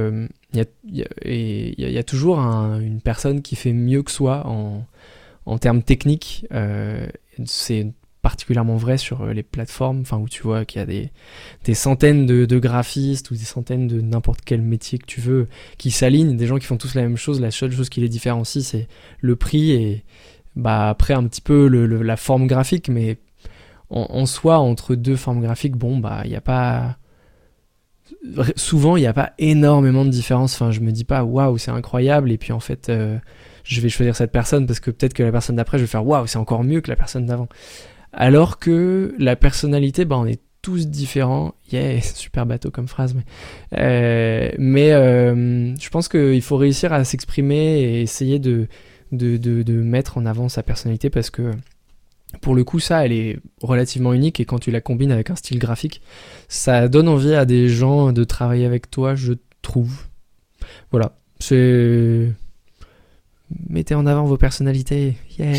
il y a toujours une personne qui fait mieux que soi en termes techniques. C'est particulièrement vrai sur les plateformes, enfin où tu vois qu'il y a des centaines de graphistes ou des centaines de n'importe quel métier que tu veux qui s'alignent, des gens qui font tous la même chose. La seule chose qui les différencie, c'est le prix et après un petit peu la forme graphique, mais en soi, entre deux formes graphiques, il n'y a pas... Souvent, il n'y a pas énormément de différence. Enfin, je me dis pas waouh, c'est incroyable, et puis en fait, je vais choisir cette personne parce que peut-être que la personne d'après, je vais faire waouh, c'est encore mieux que la personne d'avant. Alors que la personnalité, on est tous différents. Yeah, super bateau comme phrase, mais je pense qu'il faut réussir à s'exprimer et essayer de mettre en avant sa personnalité, parce que pour le coup, ça, elle est relativement unique, et quand tu la combines avec un style graphique, ça donne envie à des gens de travailler avec toi, je trouve. Voilà, mettez en avant vos personnalités. Yeah.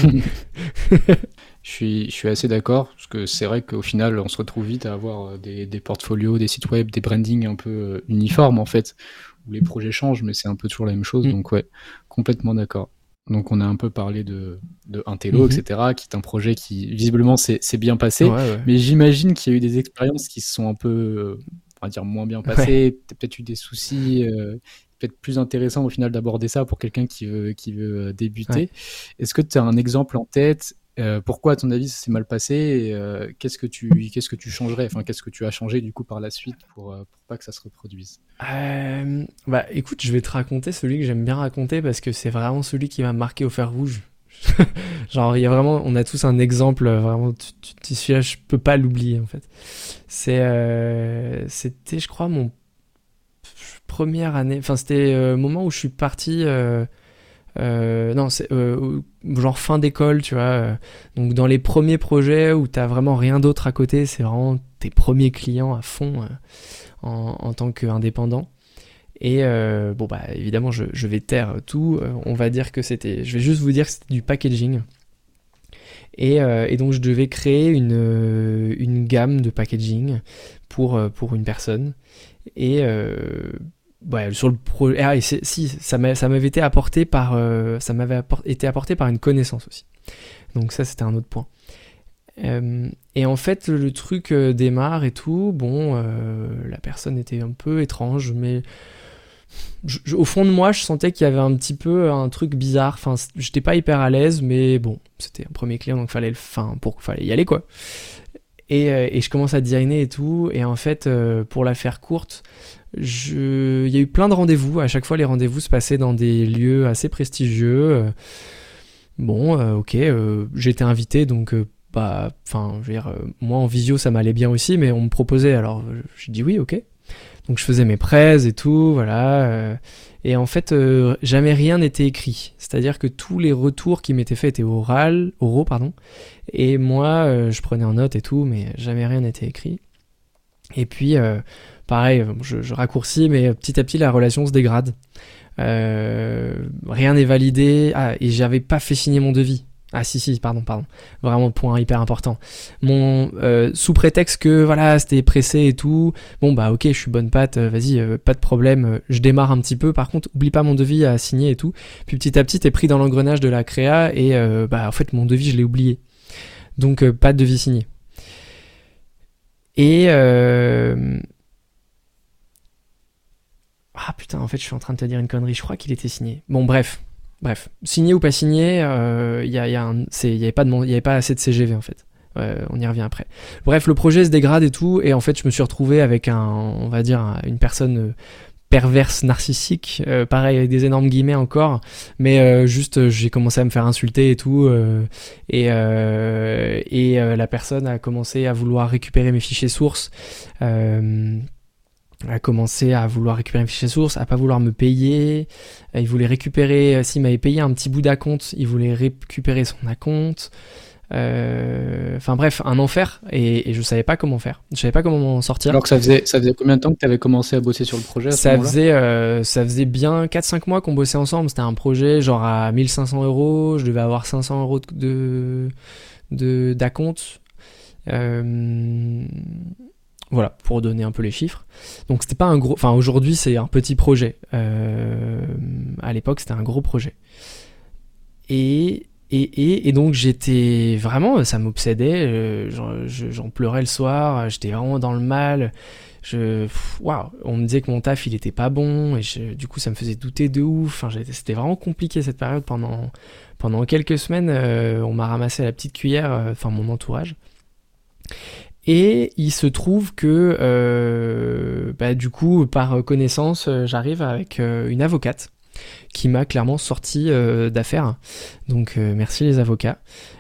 Je suis assez d'accord, parce que c'est vrai qu'au final, on se retrouve vite à avoir des portfolios, des sites web, des brandings un peu uniformes, en fait, où les projets changent, mais c'est un peu toujours la même chose. Donc ouais, complètement d'accord. Donc on a un peu parlé de Intello, etc., qui est un projet qui, visiblement, s'est bien passé, ouais. Mais j'imagine qu'il y a eu des expériences qui se sont un peu, on va dire, moins bien passées, t'as peut-être eu des soucis, peut-être plus intéressant au final d'aborder ça pour quelqu'un qui veut débuter. Ouais. Est-ce que tu as un exemple en tête? Pourquoi, à ton avis, ça s'est mal passé, et qu'est-ce que tu changerais, enfin, qu'est-ce que tu as changé du coup par la suite pour pas que ça se reproduise? Écoute, je vais te raconter celui que j'aime bien raconter, parce que c'est vraiment celui qui m'a marqué au fer rouge. Genre, il y a vraiment, on a tous un exemple, vraiment, celui-là, je peux pas l'oublier, en fait. C'était, je crois, mon première année, enfin, c'était le moment où je suis parti... non, c'est genre fin d'école, tu vois. Donc dans les premiers projets où t'as vraiment rien d'autre à côté, c'est vraiment tes premiers clients à fond en tant qu'indépendant. Et évidemment, je vais taire tout. On va dire que je vais juste vous dire que c'était du packaging. Et donc je devais créer une gamme de packaging pour une personne. Et sur le projet, ça m'avait été apporté par une connaissance aussi. Donc ça, c'était un autre point. Et en fait, le truc démarre et tout. La personne était un peu étrange, mais au fond de moi, je sentais qu'il y avait un petit peu un truc bizarre. Enfin, j'étais pas hyper à l'aise, mais bon, c'était un premier client, donc fallait y aller, quoi. Et je commence à designer et tout. Et en fait, pour la faire courte, il y a eu plein de rendez-vous. À chaque fois, les rendez-vous se passaient dans des lieux assez prestigieux. J'étais invité, donc je veux dire, moi en visio ça m'allait bien aussi, mais on me proposait, alors j'ai dit oui, ok. Donc je faisais mes prêts et tout, voilà. Et en fait, jamais rien n'était écrit. C'est-à-dire que tous les retours qui m'étaient faits étaient oraux, pardon. Et moi, je prenais en note et tout, mais jamais rien n'était écrit. Et puis, pareil, je raccourcis, mais petit à petit, la relation se dégrade. Rien n'est validé. Ah, et j'avais pas fait signer mon devis. Ah si, pardon. Vraiment, point hyper important. Sous prétexte que voilà, c'était pressé et tout. Ok, je suis bonne patte, vas-y, pas de problème. Je démarre un petit peu. Par contre, oublie pas mon devis à signer et tout. Puis petit à petit, t'es pris dans l'engrenage de la créa et en fait, mon devis, je l'ai oublié. Donc, pas de devis signé. Et en fait, je suis en train de te dire une connerie. Je crois qu'il était signé. Bref, signé ou pas signé, il y avait pas assez de CGV en fait. On y revient après. Bref, le projet se dégrade et tout, et en fait, je me suis retrouvé avec une personne perverse, narcissique, pareil avec des énormes guillemets encore, mais j'ai commencé à me faire insulter et tout, et la personne a commencé à vouloir récupérer mes fichiers sources. A commencé à vouloir récupérer mes fichiers sources, à pas vouloir me payer. Il voulait récupérer, s'il m'avait payé un petit bout d'acompte, il voulait récupérer son acompte. Enfin bref, un enfer, et je savais pas comment faire. Je savais pas comment m'en sortir. Alors que ça faisait combien de temps que tu avais commencé à bosser sur le projet à ce moment-là ? Ça faisait bien 4-5 mois qu'on bossait ensemble. C'était un projet genre à 1500 €. Je devais avoir 500 € d'acompte. Voilà, pour donner un peu les chiffres. Donc c'était pas un gros... Enfin, aujourd'hui, c'est un petit projet. À l'époque, c'était un gros projet. Et donc j'étais vraiment... Ça m'obsédait. J'en pleurais le soir. J'étais vraiment dans le mal. Waouh, on me disait que mon taf, il était pas bon. Et du coup, ça me faisait douter de ouf. Enfin, c'était vraiment compliqué cette période. Pendant quelques semaines, on m'a ramassé à la petite cuillère, enfin mon entourage. Et il se trouve que, du coup, par connaissance, j'arrive avec une avocate qui m'a clairement sorti d'affaires. Donc, merci les avocats.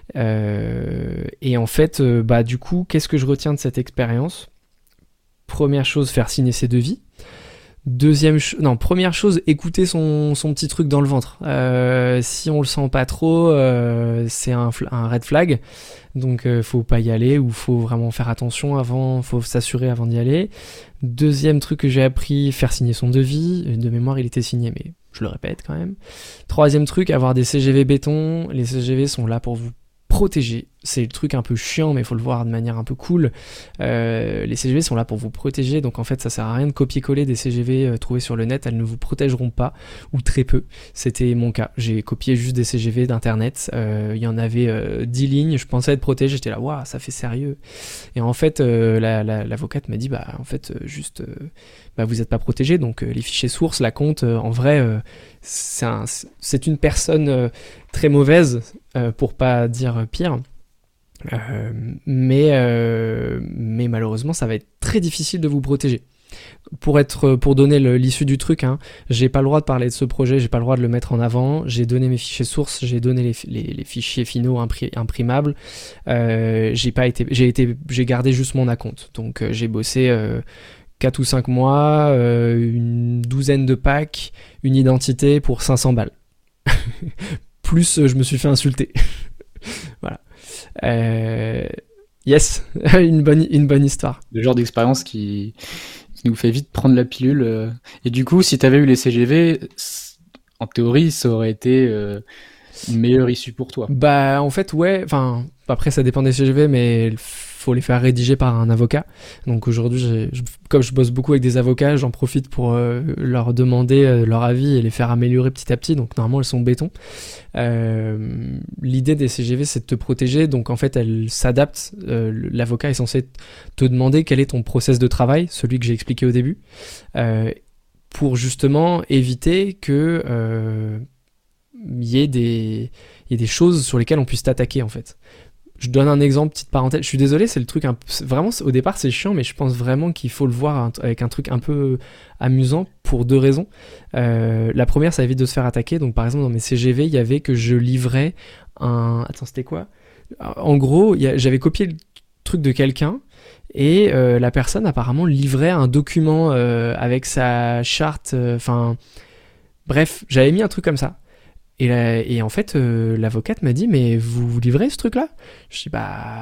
Et en fait, du coup, qu'est-ce que je retiens de cette expérience ? Première chose, faire signer ses devis. Première chose, écouter son petit truc dans le ventre. Si on le sent pas trop, c'est un red flag. Donc faut pas y aller, ou faut vraiment faire attention faut s'assurer avant d'y aller. Deuxième truc que j'ai appris, faire signer son devis. De mémoire, il était signé, mais je le répète quand même. Troisième truc, avoir des CGV béton. Les CGV sont là pour vous protéger. C'est le truc un peu chiant, mais il faut le voir de manière un peu cool. Les CGV sont là pour vous protéger, donc en fait ça sert à rien de copier-coller des CGV trouvés sur le net, elles ne vous protégeront pas, ou très peu. C'était mon cas, j'ai copié juste des CGV d'internet, il y en avait 10 lignes, je pensais être protégé, j'étais là, waouh, ça fait sérieux. Et en fait, l'avocate m'a dit, vous n'êtes pas protégé, donc les fichiers sources, la compte, en vrai, c'est une personne très mauvaise, pour pas dire pire. Mais malheureusement ça va être très difficile de vous protéger. Pour donner l'issue du truc, j'ai pas le droit de parler de ce projet, j'ai pas le droit de le mettre en avant, j'ai donné mes fichiers sources, j'ai donné les fichiers finaux imprimables, j'ai gardé juste mon acompte, donc j'ai bossé 4 ou 5 mois, une douzaine de packs, une identité pour 500 balles. Plus je me suis fait insulter. Voilà. Yes, une bonne histoire. Le genre d'expérience qui nous fait vite prendre la pilule. Et du coup, si tu avais eu les CGV, en théorie, ça aurait été une meilleure issue pour toi. En fait, ouais. Enfin, après, ça dépend des CGV, mais faut les faire rédiger par un avocat. Donc aujourd'hui, comme je bosse beaucoup avec des avocats, j'en profite pour leur demander leur avis et les faire améliorer petit à petit. Donc normalement, elles sont béton. L'idée des CGV, c'est de te protéger. Donc en fait, elles s'adaptent. L'avocat est censé te demander quel est ton process de travail, celui que j'ai expliqué au début, pour justement éviter que y ait des choses sur lesquelles on puisse t'attaquer en fait. Je donne un exemple, petite parenthèse. Je suis désolé, c'est le truc vraiment, au départ c'est chiant, mais je pense vraiment qu'il faut le voir avec un truc un peu amusant pour 2 raisons. La première, ça évite de se faire attaquer. Donc par exemple dans mes CGV, il y avait que je livrais Attends, c'était quoi ? En gros, j'avais copié le truc de quelqu'un et la personne apparemment livrait un document avec sa charte. Bref, j'avais mis un truc comme ça. Et en fait, l'avocate m'a dit, mais vous livrez ce truc-là ? Je dis,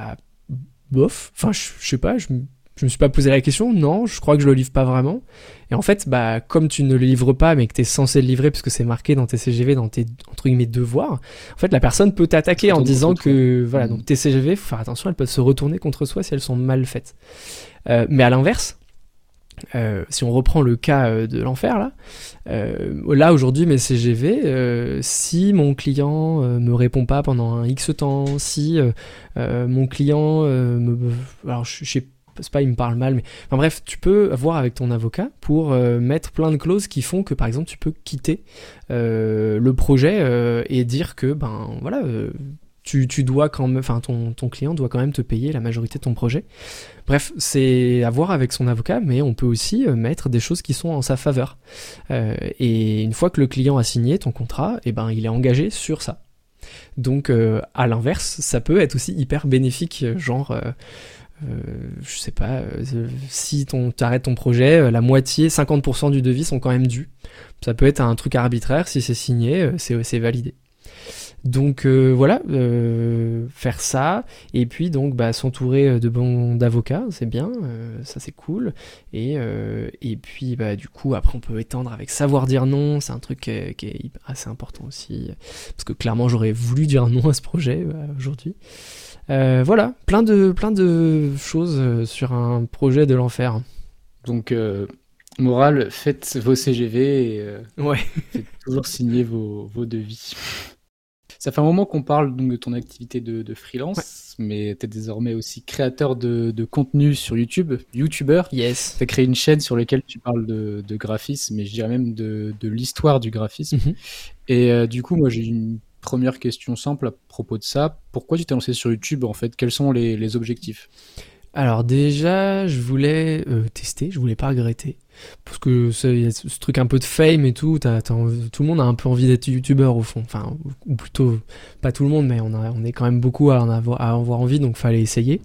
bof. Enfin, je sais pas, je me suis pas posé la question. Non, je crois que je le livre pas vraiment. Et en fait, comme tu ne le livres pas, mais que t'es censé le livrer, parce que c'est marqué dans tes CGV, dans tes, entre guillemets, devoirs, en fait, la personne peut t'attaquer en disant que, voilà, donc tes CGV, faut faire attention, elles peuvent se retourner contre soi si elles sont mal faites. Mais à l'inverse, si on reprend le cas de l'enfer là aujourd'hui mes CGV, si mon client me répond pas pendant un X temps, si mon client alors je sais pas, il me parle mal, mais enfin bref, tu peux voir avec ton avocat pour mettre plein de clauses qui font que par exemple tu peux quitter le projet et dire que tu dois quand même, enfin ton client doit quand même te payer la majorité de ton projet. Bref, c'est à voir avec son avocat, mais on peut aussi mettre des choses qui sont en sa faveur. Et une fois que le client a signé ton contrat, il est engagé sur ça. Donc à l'inverse, ça peut être aussi hyper bénéfique, genre je sais pas, si t'arrêtes ton projet, la moitié, 50% du devis sont quand même dus. Ça peut être un truc arbitraire, si c'est signé, c'est validé. Donc voilà, faire ça, et puis donc s'entourer d'avocats, c'est bien, ça c'est cool. Et puis du coup après on peut étendre avec savoir dire non, c'est un truc qui est assez important aussi, parce que clairement j'aurais voulu dire non à ce projet aujourd'hui. Voilà, plein de choses sur un projet de l'enfer. Donc, morale, faites vos CGV et Ouais. faites toujours signer vos devis. Ça fait un moment qu'on parle donc de ton activité de freelance, mais tu es désormais aussi créateur de contenu sur YouTube, YouTuber. Yes. Tu as créé une chaîne sur laquelle tu parles de graphisme, mais je dirais même de l'histoire du graphisme. Mhm. Et du coup, moi j'ai une première question simple à propos de ça. Pourquoi tu t'es lancé sur YouTube en fait? Quels sont les objectifs? Alors déjà, je voulais tester, je voulais pas regretter. Parce que y a ce truc un peu de fame et tout, tout le monde a un peu envie d'être youtubeur au fond. Enfin, ou plutôt, pas tout le monde, mais on est quand même beaucoup à en avoir envie, donc fallait essayer.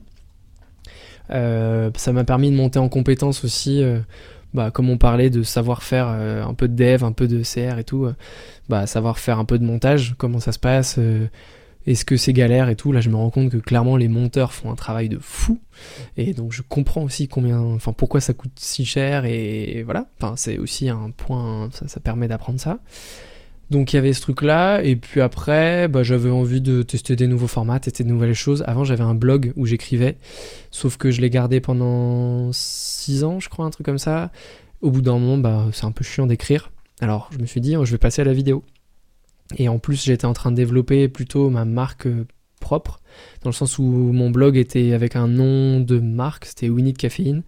Ça m'a permis de monter en compétences aussi, comme on parlait de savoir faire un peu de dev, un peu de CR et tout, savoir faire un peu de montage, comment ça se passe, est-ce que c'est galère et tout. Là je me rends compte que clairement les monteurs font un travail de fou, et donc je comprends aussi pourquoi ça coûte si cher, et voilà, c'est aussi un point, ça permet d'apprendre ça. Donc il y avait ce truc là, et puis après j'avais envie de tester des nouveaux formats, tester de nouvelles choses. Avant j'avais un blog où j'écrivais, sauf que je l'ai gardé pendant 6 ans je crois, un truc comme ça. Au bout d'un moment c'est un peu chiant d'écrire, alors je me suis dit je vais passer à la vidéo. Et en plus j'étais en train de développer plutôt ma marque propre, dans le sens où mon blog était avec un nom de marque, c'était We Need Caffeine.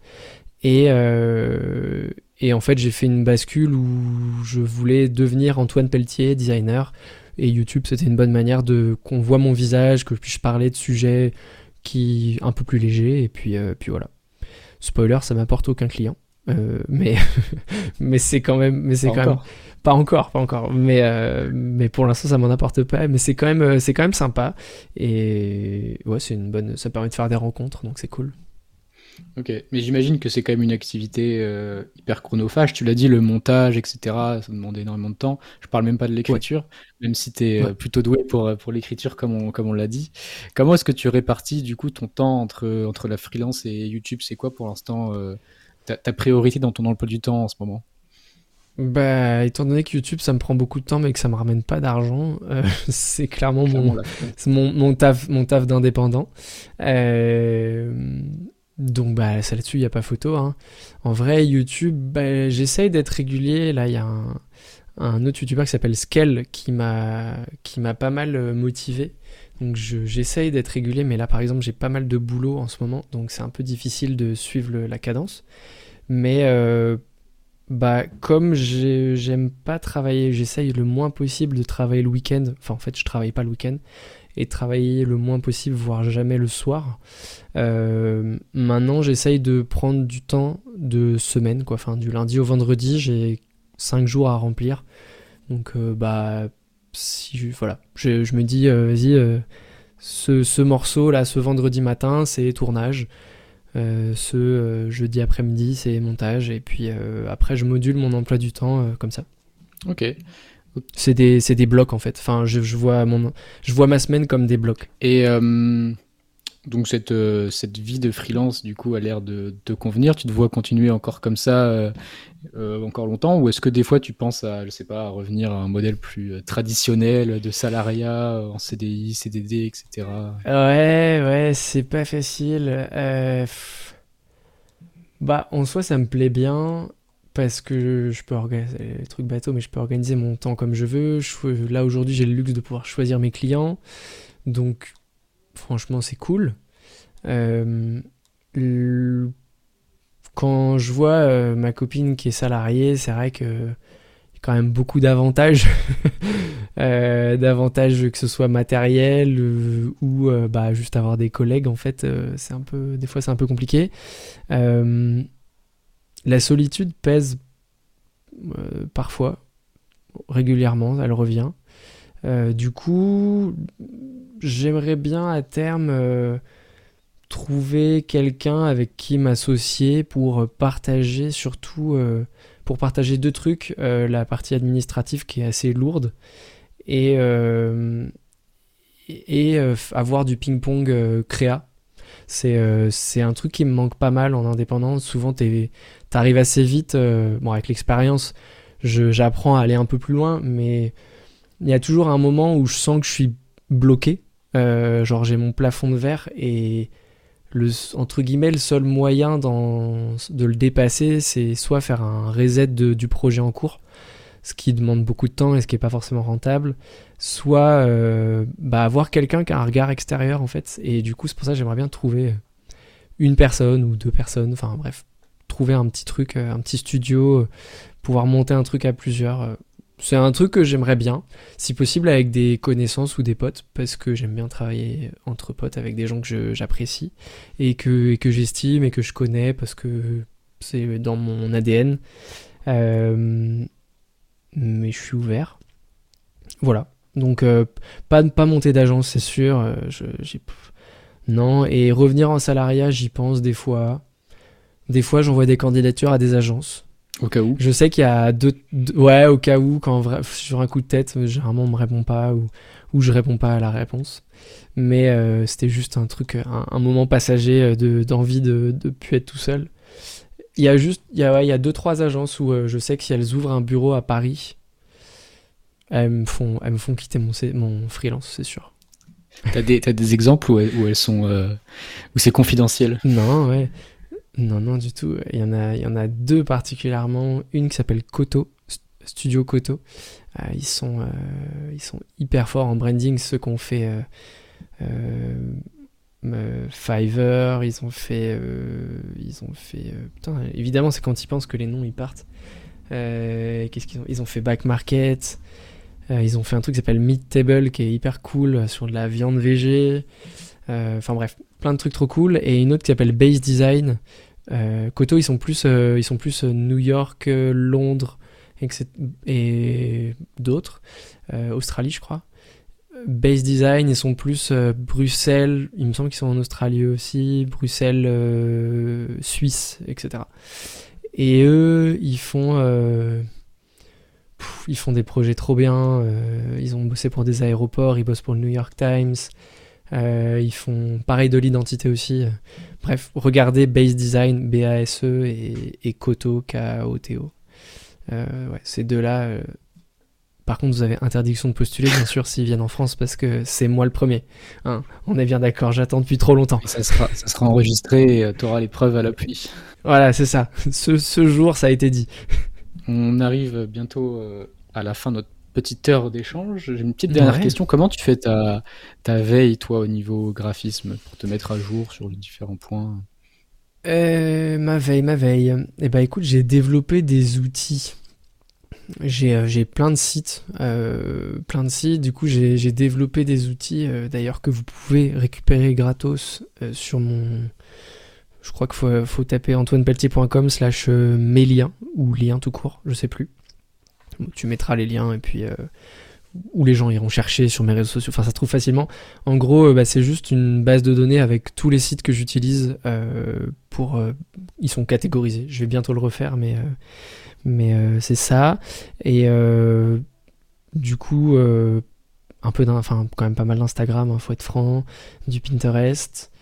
Et en fait, j'ai fait une bascule où je voulais devenir Antoine Pelletier, designer. Et YouTube, c'était une bonne manière qu'on voit mon visage, que je puisse parler de sujets un peu plus légers. Et puis voilà. Spoiler, ça m'apporte aucun client. Mais c'est quand même... Pas encore. Mais pour l'instant, ça m'en apporte pas. Mais c'est quand même sympa. Et ouais, ça permet de faire des rencontres, donc c'est cool. Ok, mais j'imagine que c'est quand même une activité hyper chronophage. Tu l'as dit, le montage, etc., ça demande énormément de temps. Je parle même pas de l'écriture, même si tu es plutôt doué pour l'écriture, comme on l'a dit. Comment est-ce que tu répartis du coup ton temps entre la freelance et YouTube? C'est quoi pour l'instant ta priorité dans ton emploi du temps en ce moment? Étant donné que YouTube ça me prend beaucoup de temps mais que ça me ramène pas d'argent, c'est clairement mon taf d'indépendant. Donc ça là-dessus il y a pas photo, hein. En vrai YouTube, j'essaye d'être régulier. Là il y a un autre YouTuber qui s'appelle Skell qui m'a pas mal motivé. Donc j'essaye d'être régulier, mais là par exemple j'ai pas mal de boulot en ce moment, donc c'est un peu difficile de suivre la cadence. Mais comme j'aime pas travailler, j'essaye le moins possible de travailler le week-end. Enfin en fait je travaille pas le week-end, et travailler le moins possible, voire jamais le soir. Maintenant j'essaye de prendre du temps de semaine, quoi. Enfin du lundi au vendredi j'ai 5 jours à remplir. Donc voilà, je me dis vas-y, ce morceau là, ce vendredi matin c'est tournage, jeudi après-midi c'est montage, et puis après je module mon emploi du temps comme ça. Ok. C'est des blocs en fait. Enfin je vois ma semaine comme des blocs. Et donc cette vie de freelance du coup a l'air de te convenir. Tu te vois continuer encore comme ça encore longtemps, ou est-ce que des fois tu penses à, je sais pas, à revenir à un modèle plus traditionnel de salariat en CDI, CDD, etc. Ouais, c'est pas facile. En soi ça me plaît bien, parce que je peux organiser les trucs bateaux, mais je peux organiser mon temps comme je veux. Là aujourd'hui j'ai le luxe de pouvoir choisir mes clients, donc franchement c'est cool. Quand je vois ma copine qui est salariée, c'est vrai que y a quand même beaucoup d'avantages. D'avantages, que ce soit matériel ou juste avoir des collègues, en fait, des fois c'est un peu compliqué. La solitude pèse parfois, régulièrement, elle revient. Du coup, j'aimerais bien à terme trouver quelqu'un avec qui m'associer pour partager, surtout pour partager 2 trucs. La partie administrative qui est assez lourde, et avoir du ping-pong créa. C'est un truc qui me manque pas mal en indépendant. Souvent, t'arrives assez vite. Bon, avec l'expérience, j'apprends à aller un peu plus loin, mais il y a toujours un moment où je sens que je suis bloqué. Genre, j'ai mon plafond de verre et entre guillemets, le seul moyen de le dépasser, c'est soit faire un reset du projet en cours, ce qui demande beaucoup de temps et ce qui n'est pas forcément rentable, soit avoir quelqu'un qui a un regard extérieur en fait. Et du coup, c'est pour ça que j'aimerais bien trouver une personne ou deux personnes, enfin bref, trouver un petit truc, un petit studio, pouvoir monter un truc à plusieurs. C'est un truc que j'aimerais bien, si possible avec des connaissances ou des potes, parce que j'aime bien travailler entre potes avec des gens que j'apprécie et que j'estime et que je connais parce que c'est dans mon ADN. Mais je suis ouvert. Voilà. Donc, pas monter d'agence, c'est sûr. Non. Et revenir en salariat, j'y pense des fois. Des fois, j'envoie des candidatures à des agences. Au cas où. Je sais qu'il y a ouais, au cas où, sur un coup de tête, généralement, on me répond pas ou je réponds pas à la réponse. Mais c'était juste un truc, un moment passager d'envie de plus être tout seul. Il y a 2-3 agences où je sais que si elles ouvrent un bureau à Paris, elles me font quitter mon freelance, c'est sûr. T'as des exemples où elles sont où c'est confidentiel? Non, ouais. Non, du tout. Il y en a 2 particulièrement. Une qui s'appelle Koto, Studio Koto. Ils sont hyper forts en branding, ceux qu'on fait Fiverr, ils ont fait putain, évidemment c'est quand ils pensent que les noms ils partent. Qu'est-ce qu'ils ont? Ils ont fait Back Market, ils ont fait un truc qui s'appelle Meat Table qui est hyper cool sur de la viande végé, enfin bref, plein de trucs trop cool. Et une autre qui s'appelle Base Design. Koto, ils sont plus New York, Londres et d'autres, Australie je crois. Base Design, ils sont plus Bruxelles, il me semble qu'ils sont en Australie aussi, Bruxelles, Suisse, etc. Et eux, ils font des projets trop bien, ils ont bossé pour des aéroports, ils bossent pour le New York Times, ils font pareil de l'identité aussi. Bref, regardez Base Design, B-A-S-E, et Koto, K-O-T-O. Ouais, ces 2-là... Par contre, vous avez interdiction de postuler, bien sûr, s'ils viennent en France, parce que c'est moi le premier. Hein, on est bien d'accord, j'attends depuis trop longtemps. Et ça sera enregistré et tu auras les preuves à l'appui. Voilà, c'est ça. Ce jour, ça a été dit. On arrive bientôt à la fin de notre petite heure d'échange. J'ai une petite dernière question. Comment tu fais ta veille, toi, au niveau graphisme, pour te mettre à jour sur les différents points? Ma veille. Eh ben, écoute, j'ai développé des outils. J'ai plein de sites, du coup j'ai développé des outils d'ailleurs que vous pouvez récupérer gratos sur je crois qu'il faut taper antoinepelletier.com/mes liens ou lien tout court, je sais plus. Bon, tu mettras les liens et puis où les gens iront chercher sur mes réseaux sociaux, enfin ça se trouve facilement. En gros, c'est juste une base de données avec tous les sites que j'utilise ils sont catégorisés, je vais bientôt le refaire mais c'est ça. Et du coup un peu quand même pas mal d'Instagram, faut être franc, du Pinterest,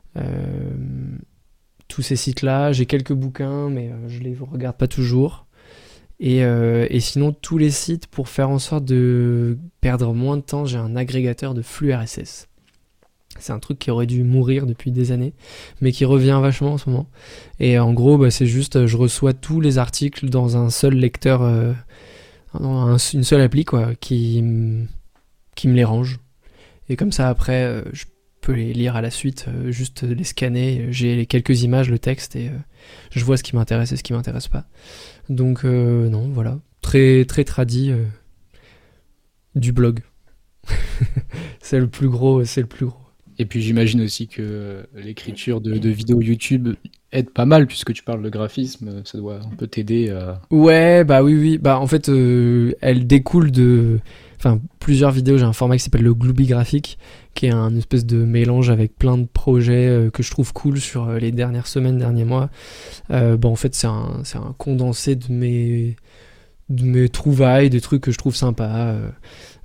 tous ces sites là. J'ai quelques bouquins mais je les regarde pas toujours. Et sinon tous les sites, pour faire en sorte de perdre moins de temps, j'ai un agrégateur de flux RSS. C'est un truc qui aurait dû mourir depuis des années, mais qui revient vachement en ce moment. Et en gros, c'est juste, je reçois tous les articles dans un seul lecteur, une seule appli, quoi, qui me les range. Et comme ça, après, je peux les lire à la suite, juste les scanner. J'ai les quelques images, le texte, et je vois ce qui m'intéresse et ce qui m'intéresse pas. Donc, non, voilà. Très, très tradi du blog. C'est le plus gros. Et puis j'imagine aussi que l'écriture de vidéos YouTube aide pas mal, puisque tu parles de graphisme, ça doit un peu t'aider à... Ouais, oui. En fait, elle découle de... Enfin, plusieurs vidéos, j'ai un format qui s'appelle le Glooby Graphique, qui est un espèce de mélange avec plein de projets que je trouve cool sur les dernières semaines, derniers mois. En fait, c'est un condensé de mes trouvailles, des trucs que je trouve sympas.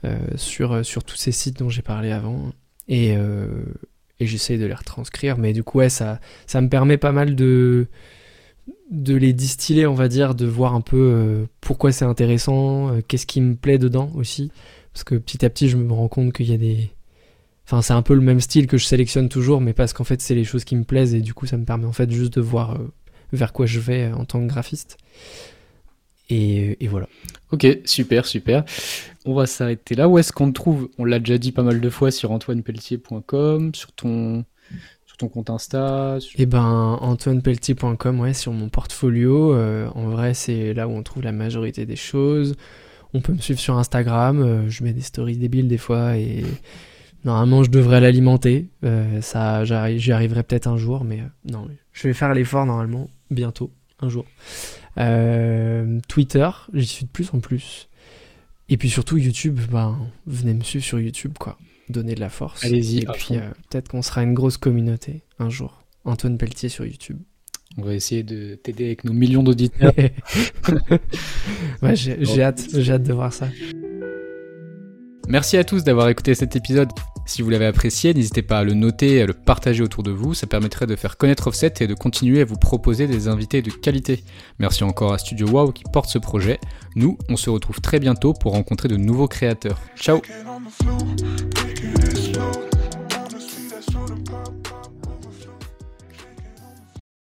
sur tous ces sites dont j'ai parlé avant. Et j'essaye de les retranscrire. Mais du coup, ouais, ça me permet pas mal de les distiller, on va dire, de voir un peu pourquoi c'est intéressant, qu'est-ce qui me plaît dedans aussi. Parce que petit à petit, je me rends compte qu'il y a des... Enfin, c'est un peu le même style que je sélectionne toujours, mais parce qu'en fait, c'est les choses qui me plaisent et du coup, ça me permet en fait juste de voir vers quoi je vais en tant que graphiste. Et voilà. Ok, super. On va s'arrêter là. Où est-ce qu'on te trouve ? On l'a déjà dit pas mal de fois sur antoinepelletier.com, sur ton compte Insta. Eh ben, antoinepelletier.com, ouais, sur mon portfolio. En vrai, c'est là où on trouve la majorité des choses. On peut me suivre sur Instagram. Je mets des stories débiles des fois et normalement, je devrais l'alimenter. J'y arriverai peut-être un jour, mais non, je vais faire l'effort normalement bientôt, un jour. Twitter, j'y suis de plus en plus. Et puis surtout YouTube, venez me suivre sur YouTube, quoi. Donnez de la force. Allez-y. Et puis peut-être qu'on sera une grosse communauté un jour. Antoine Pelletier sur YouTube. On va essayer de t'aider avec nos millions d'auditeurs. Ouais, j'ai hâte de voir ça. Merci à tous d'avoir écouté cet épisode. Si vous l'avez apprécié, n'hésitez pas à le noter et à le partager autour de vous. Ça permettrait de faire connaître Offset et de continuer à vous proposer des invités de qualité. Merci encore à Studio Wow qui porte ce projet. Nous, on se retrouve très bientôt pour rencontrer de nouveaux créateurs. Ciao!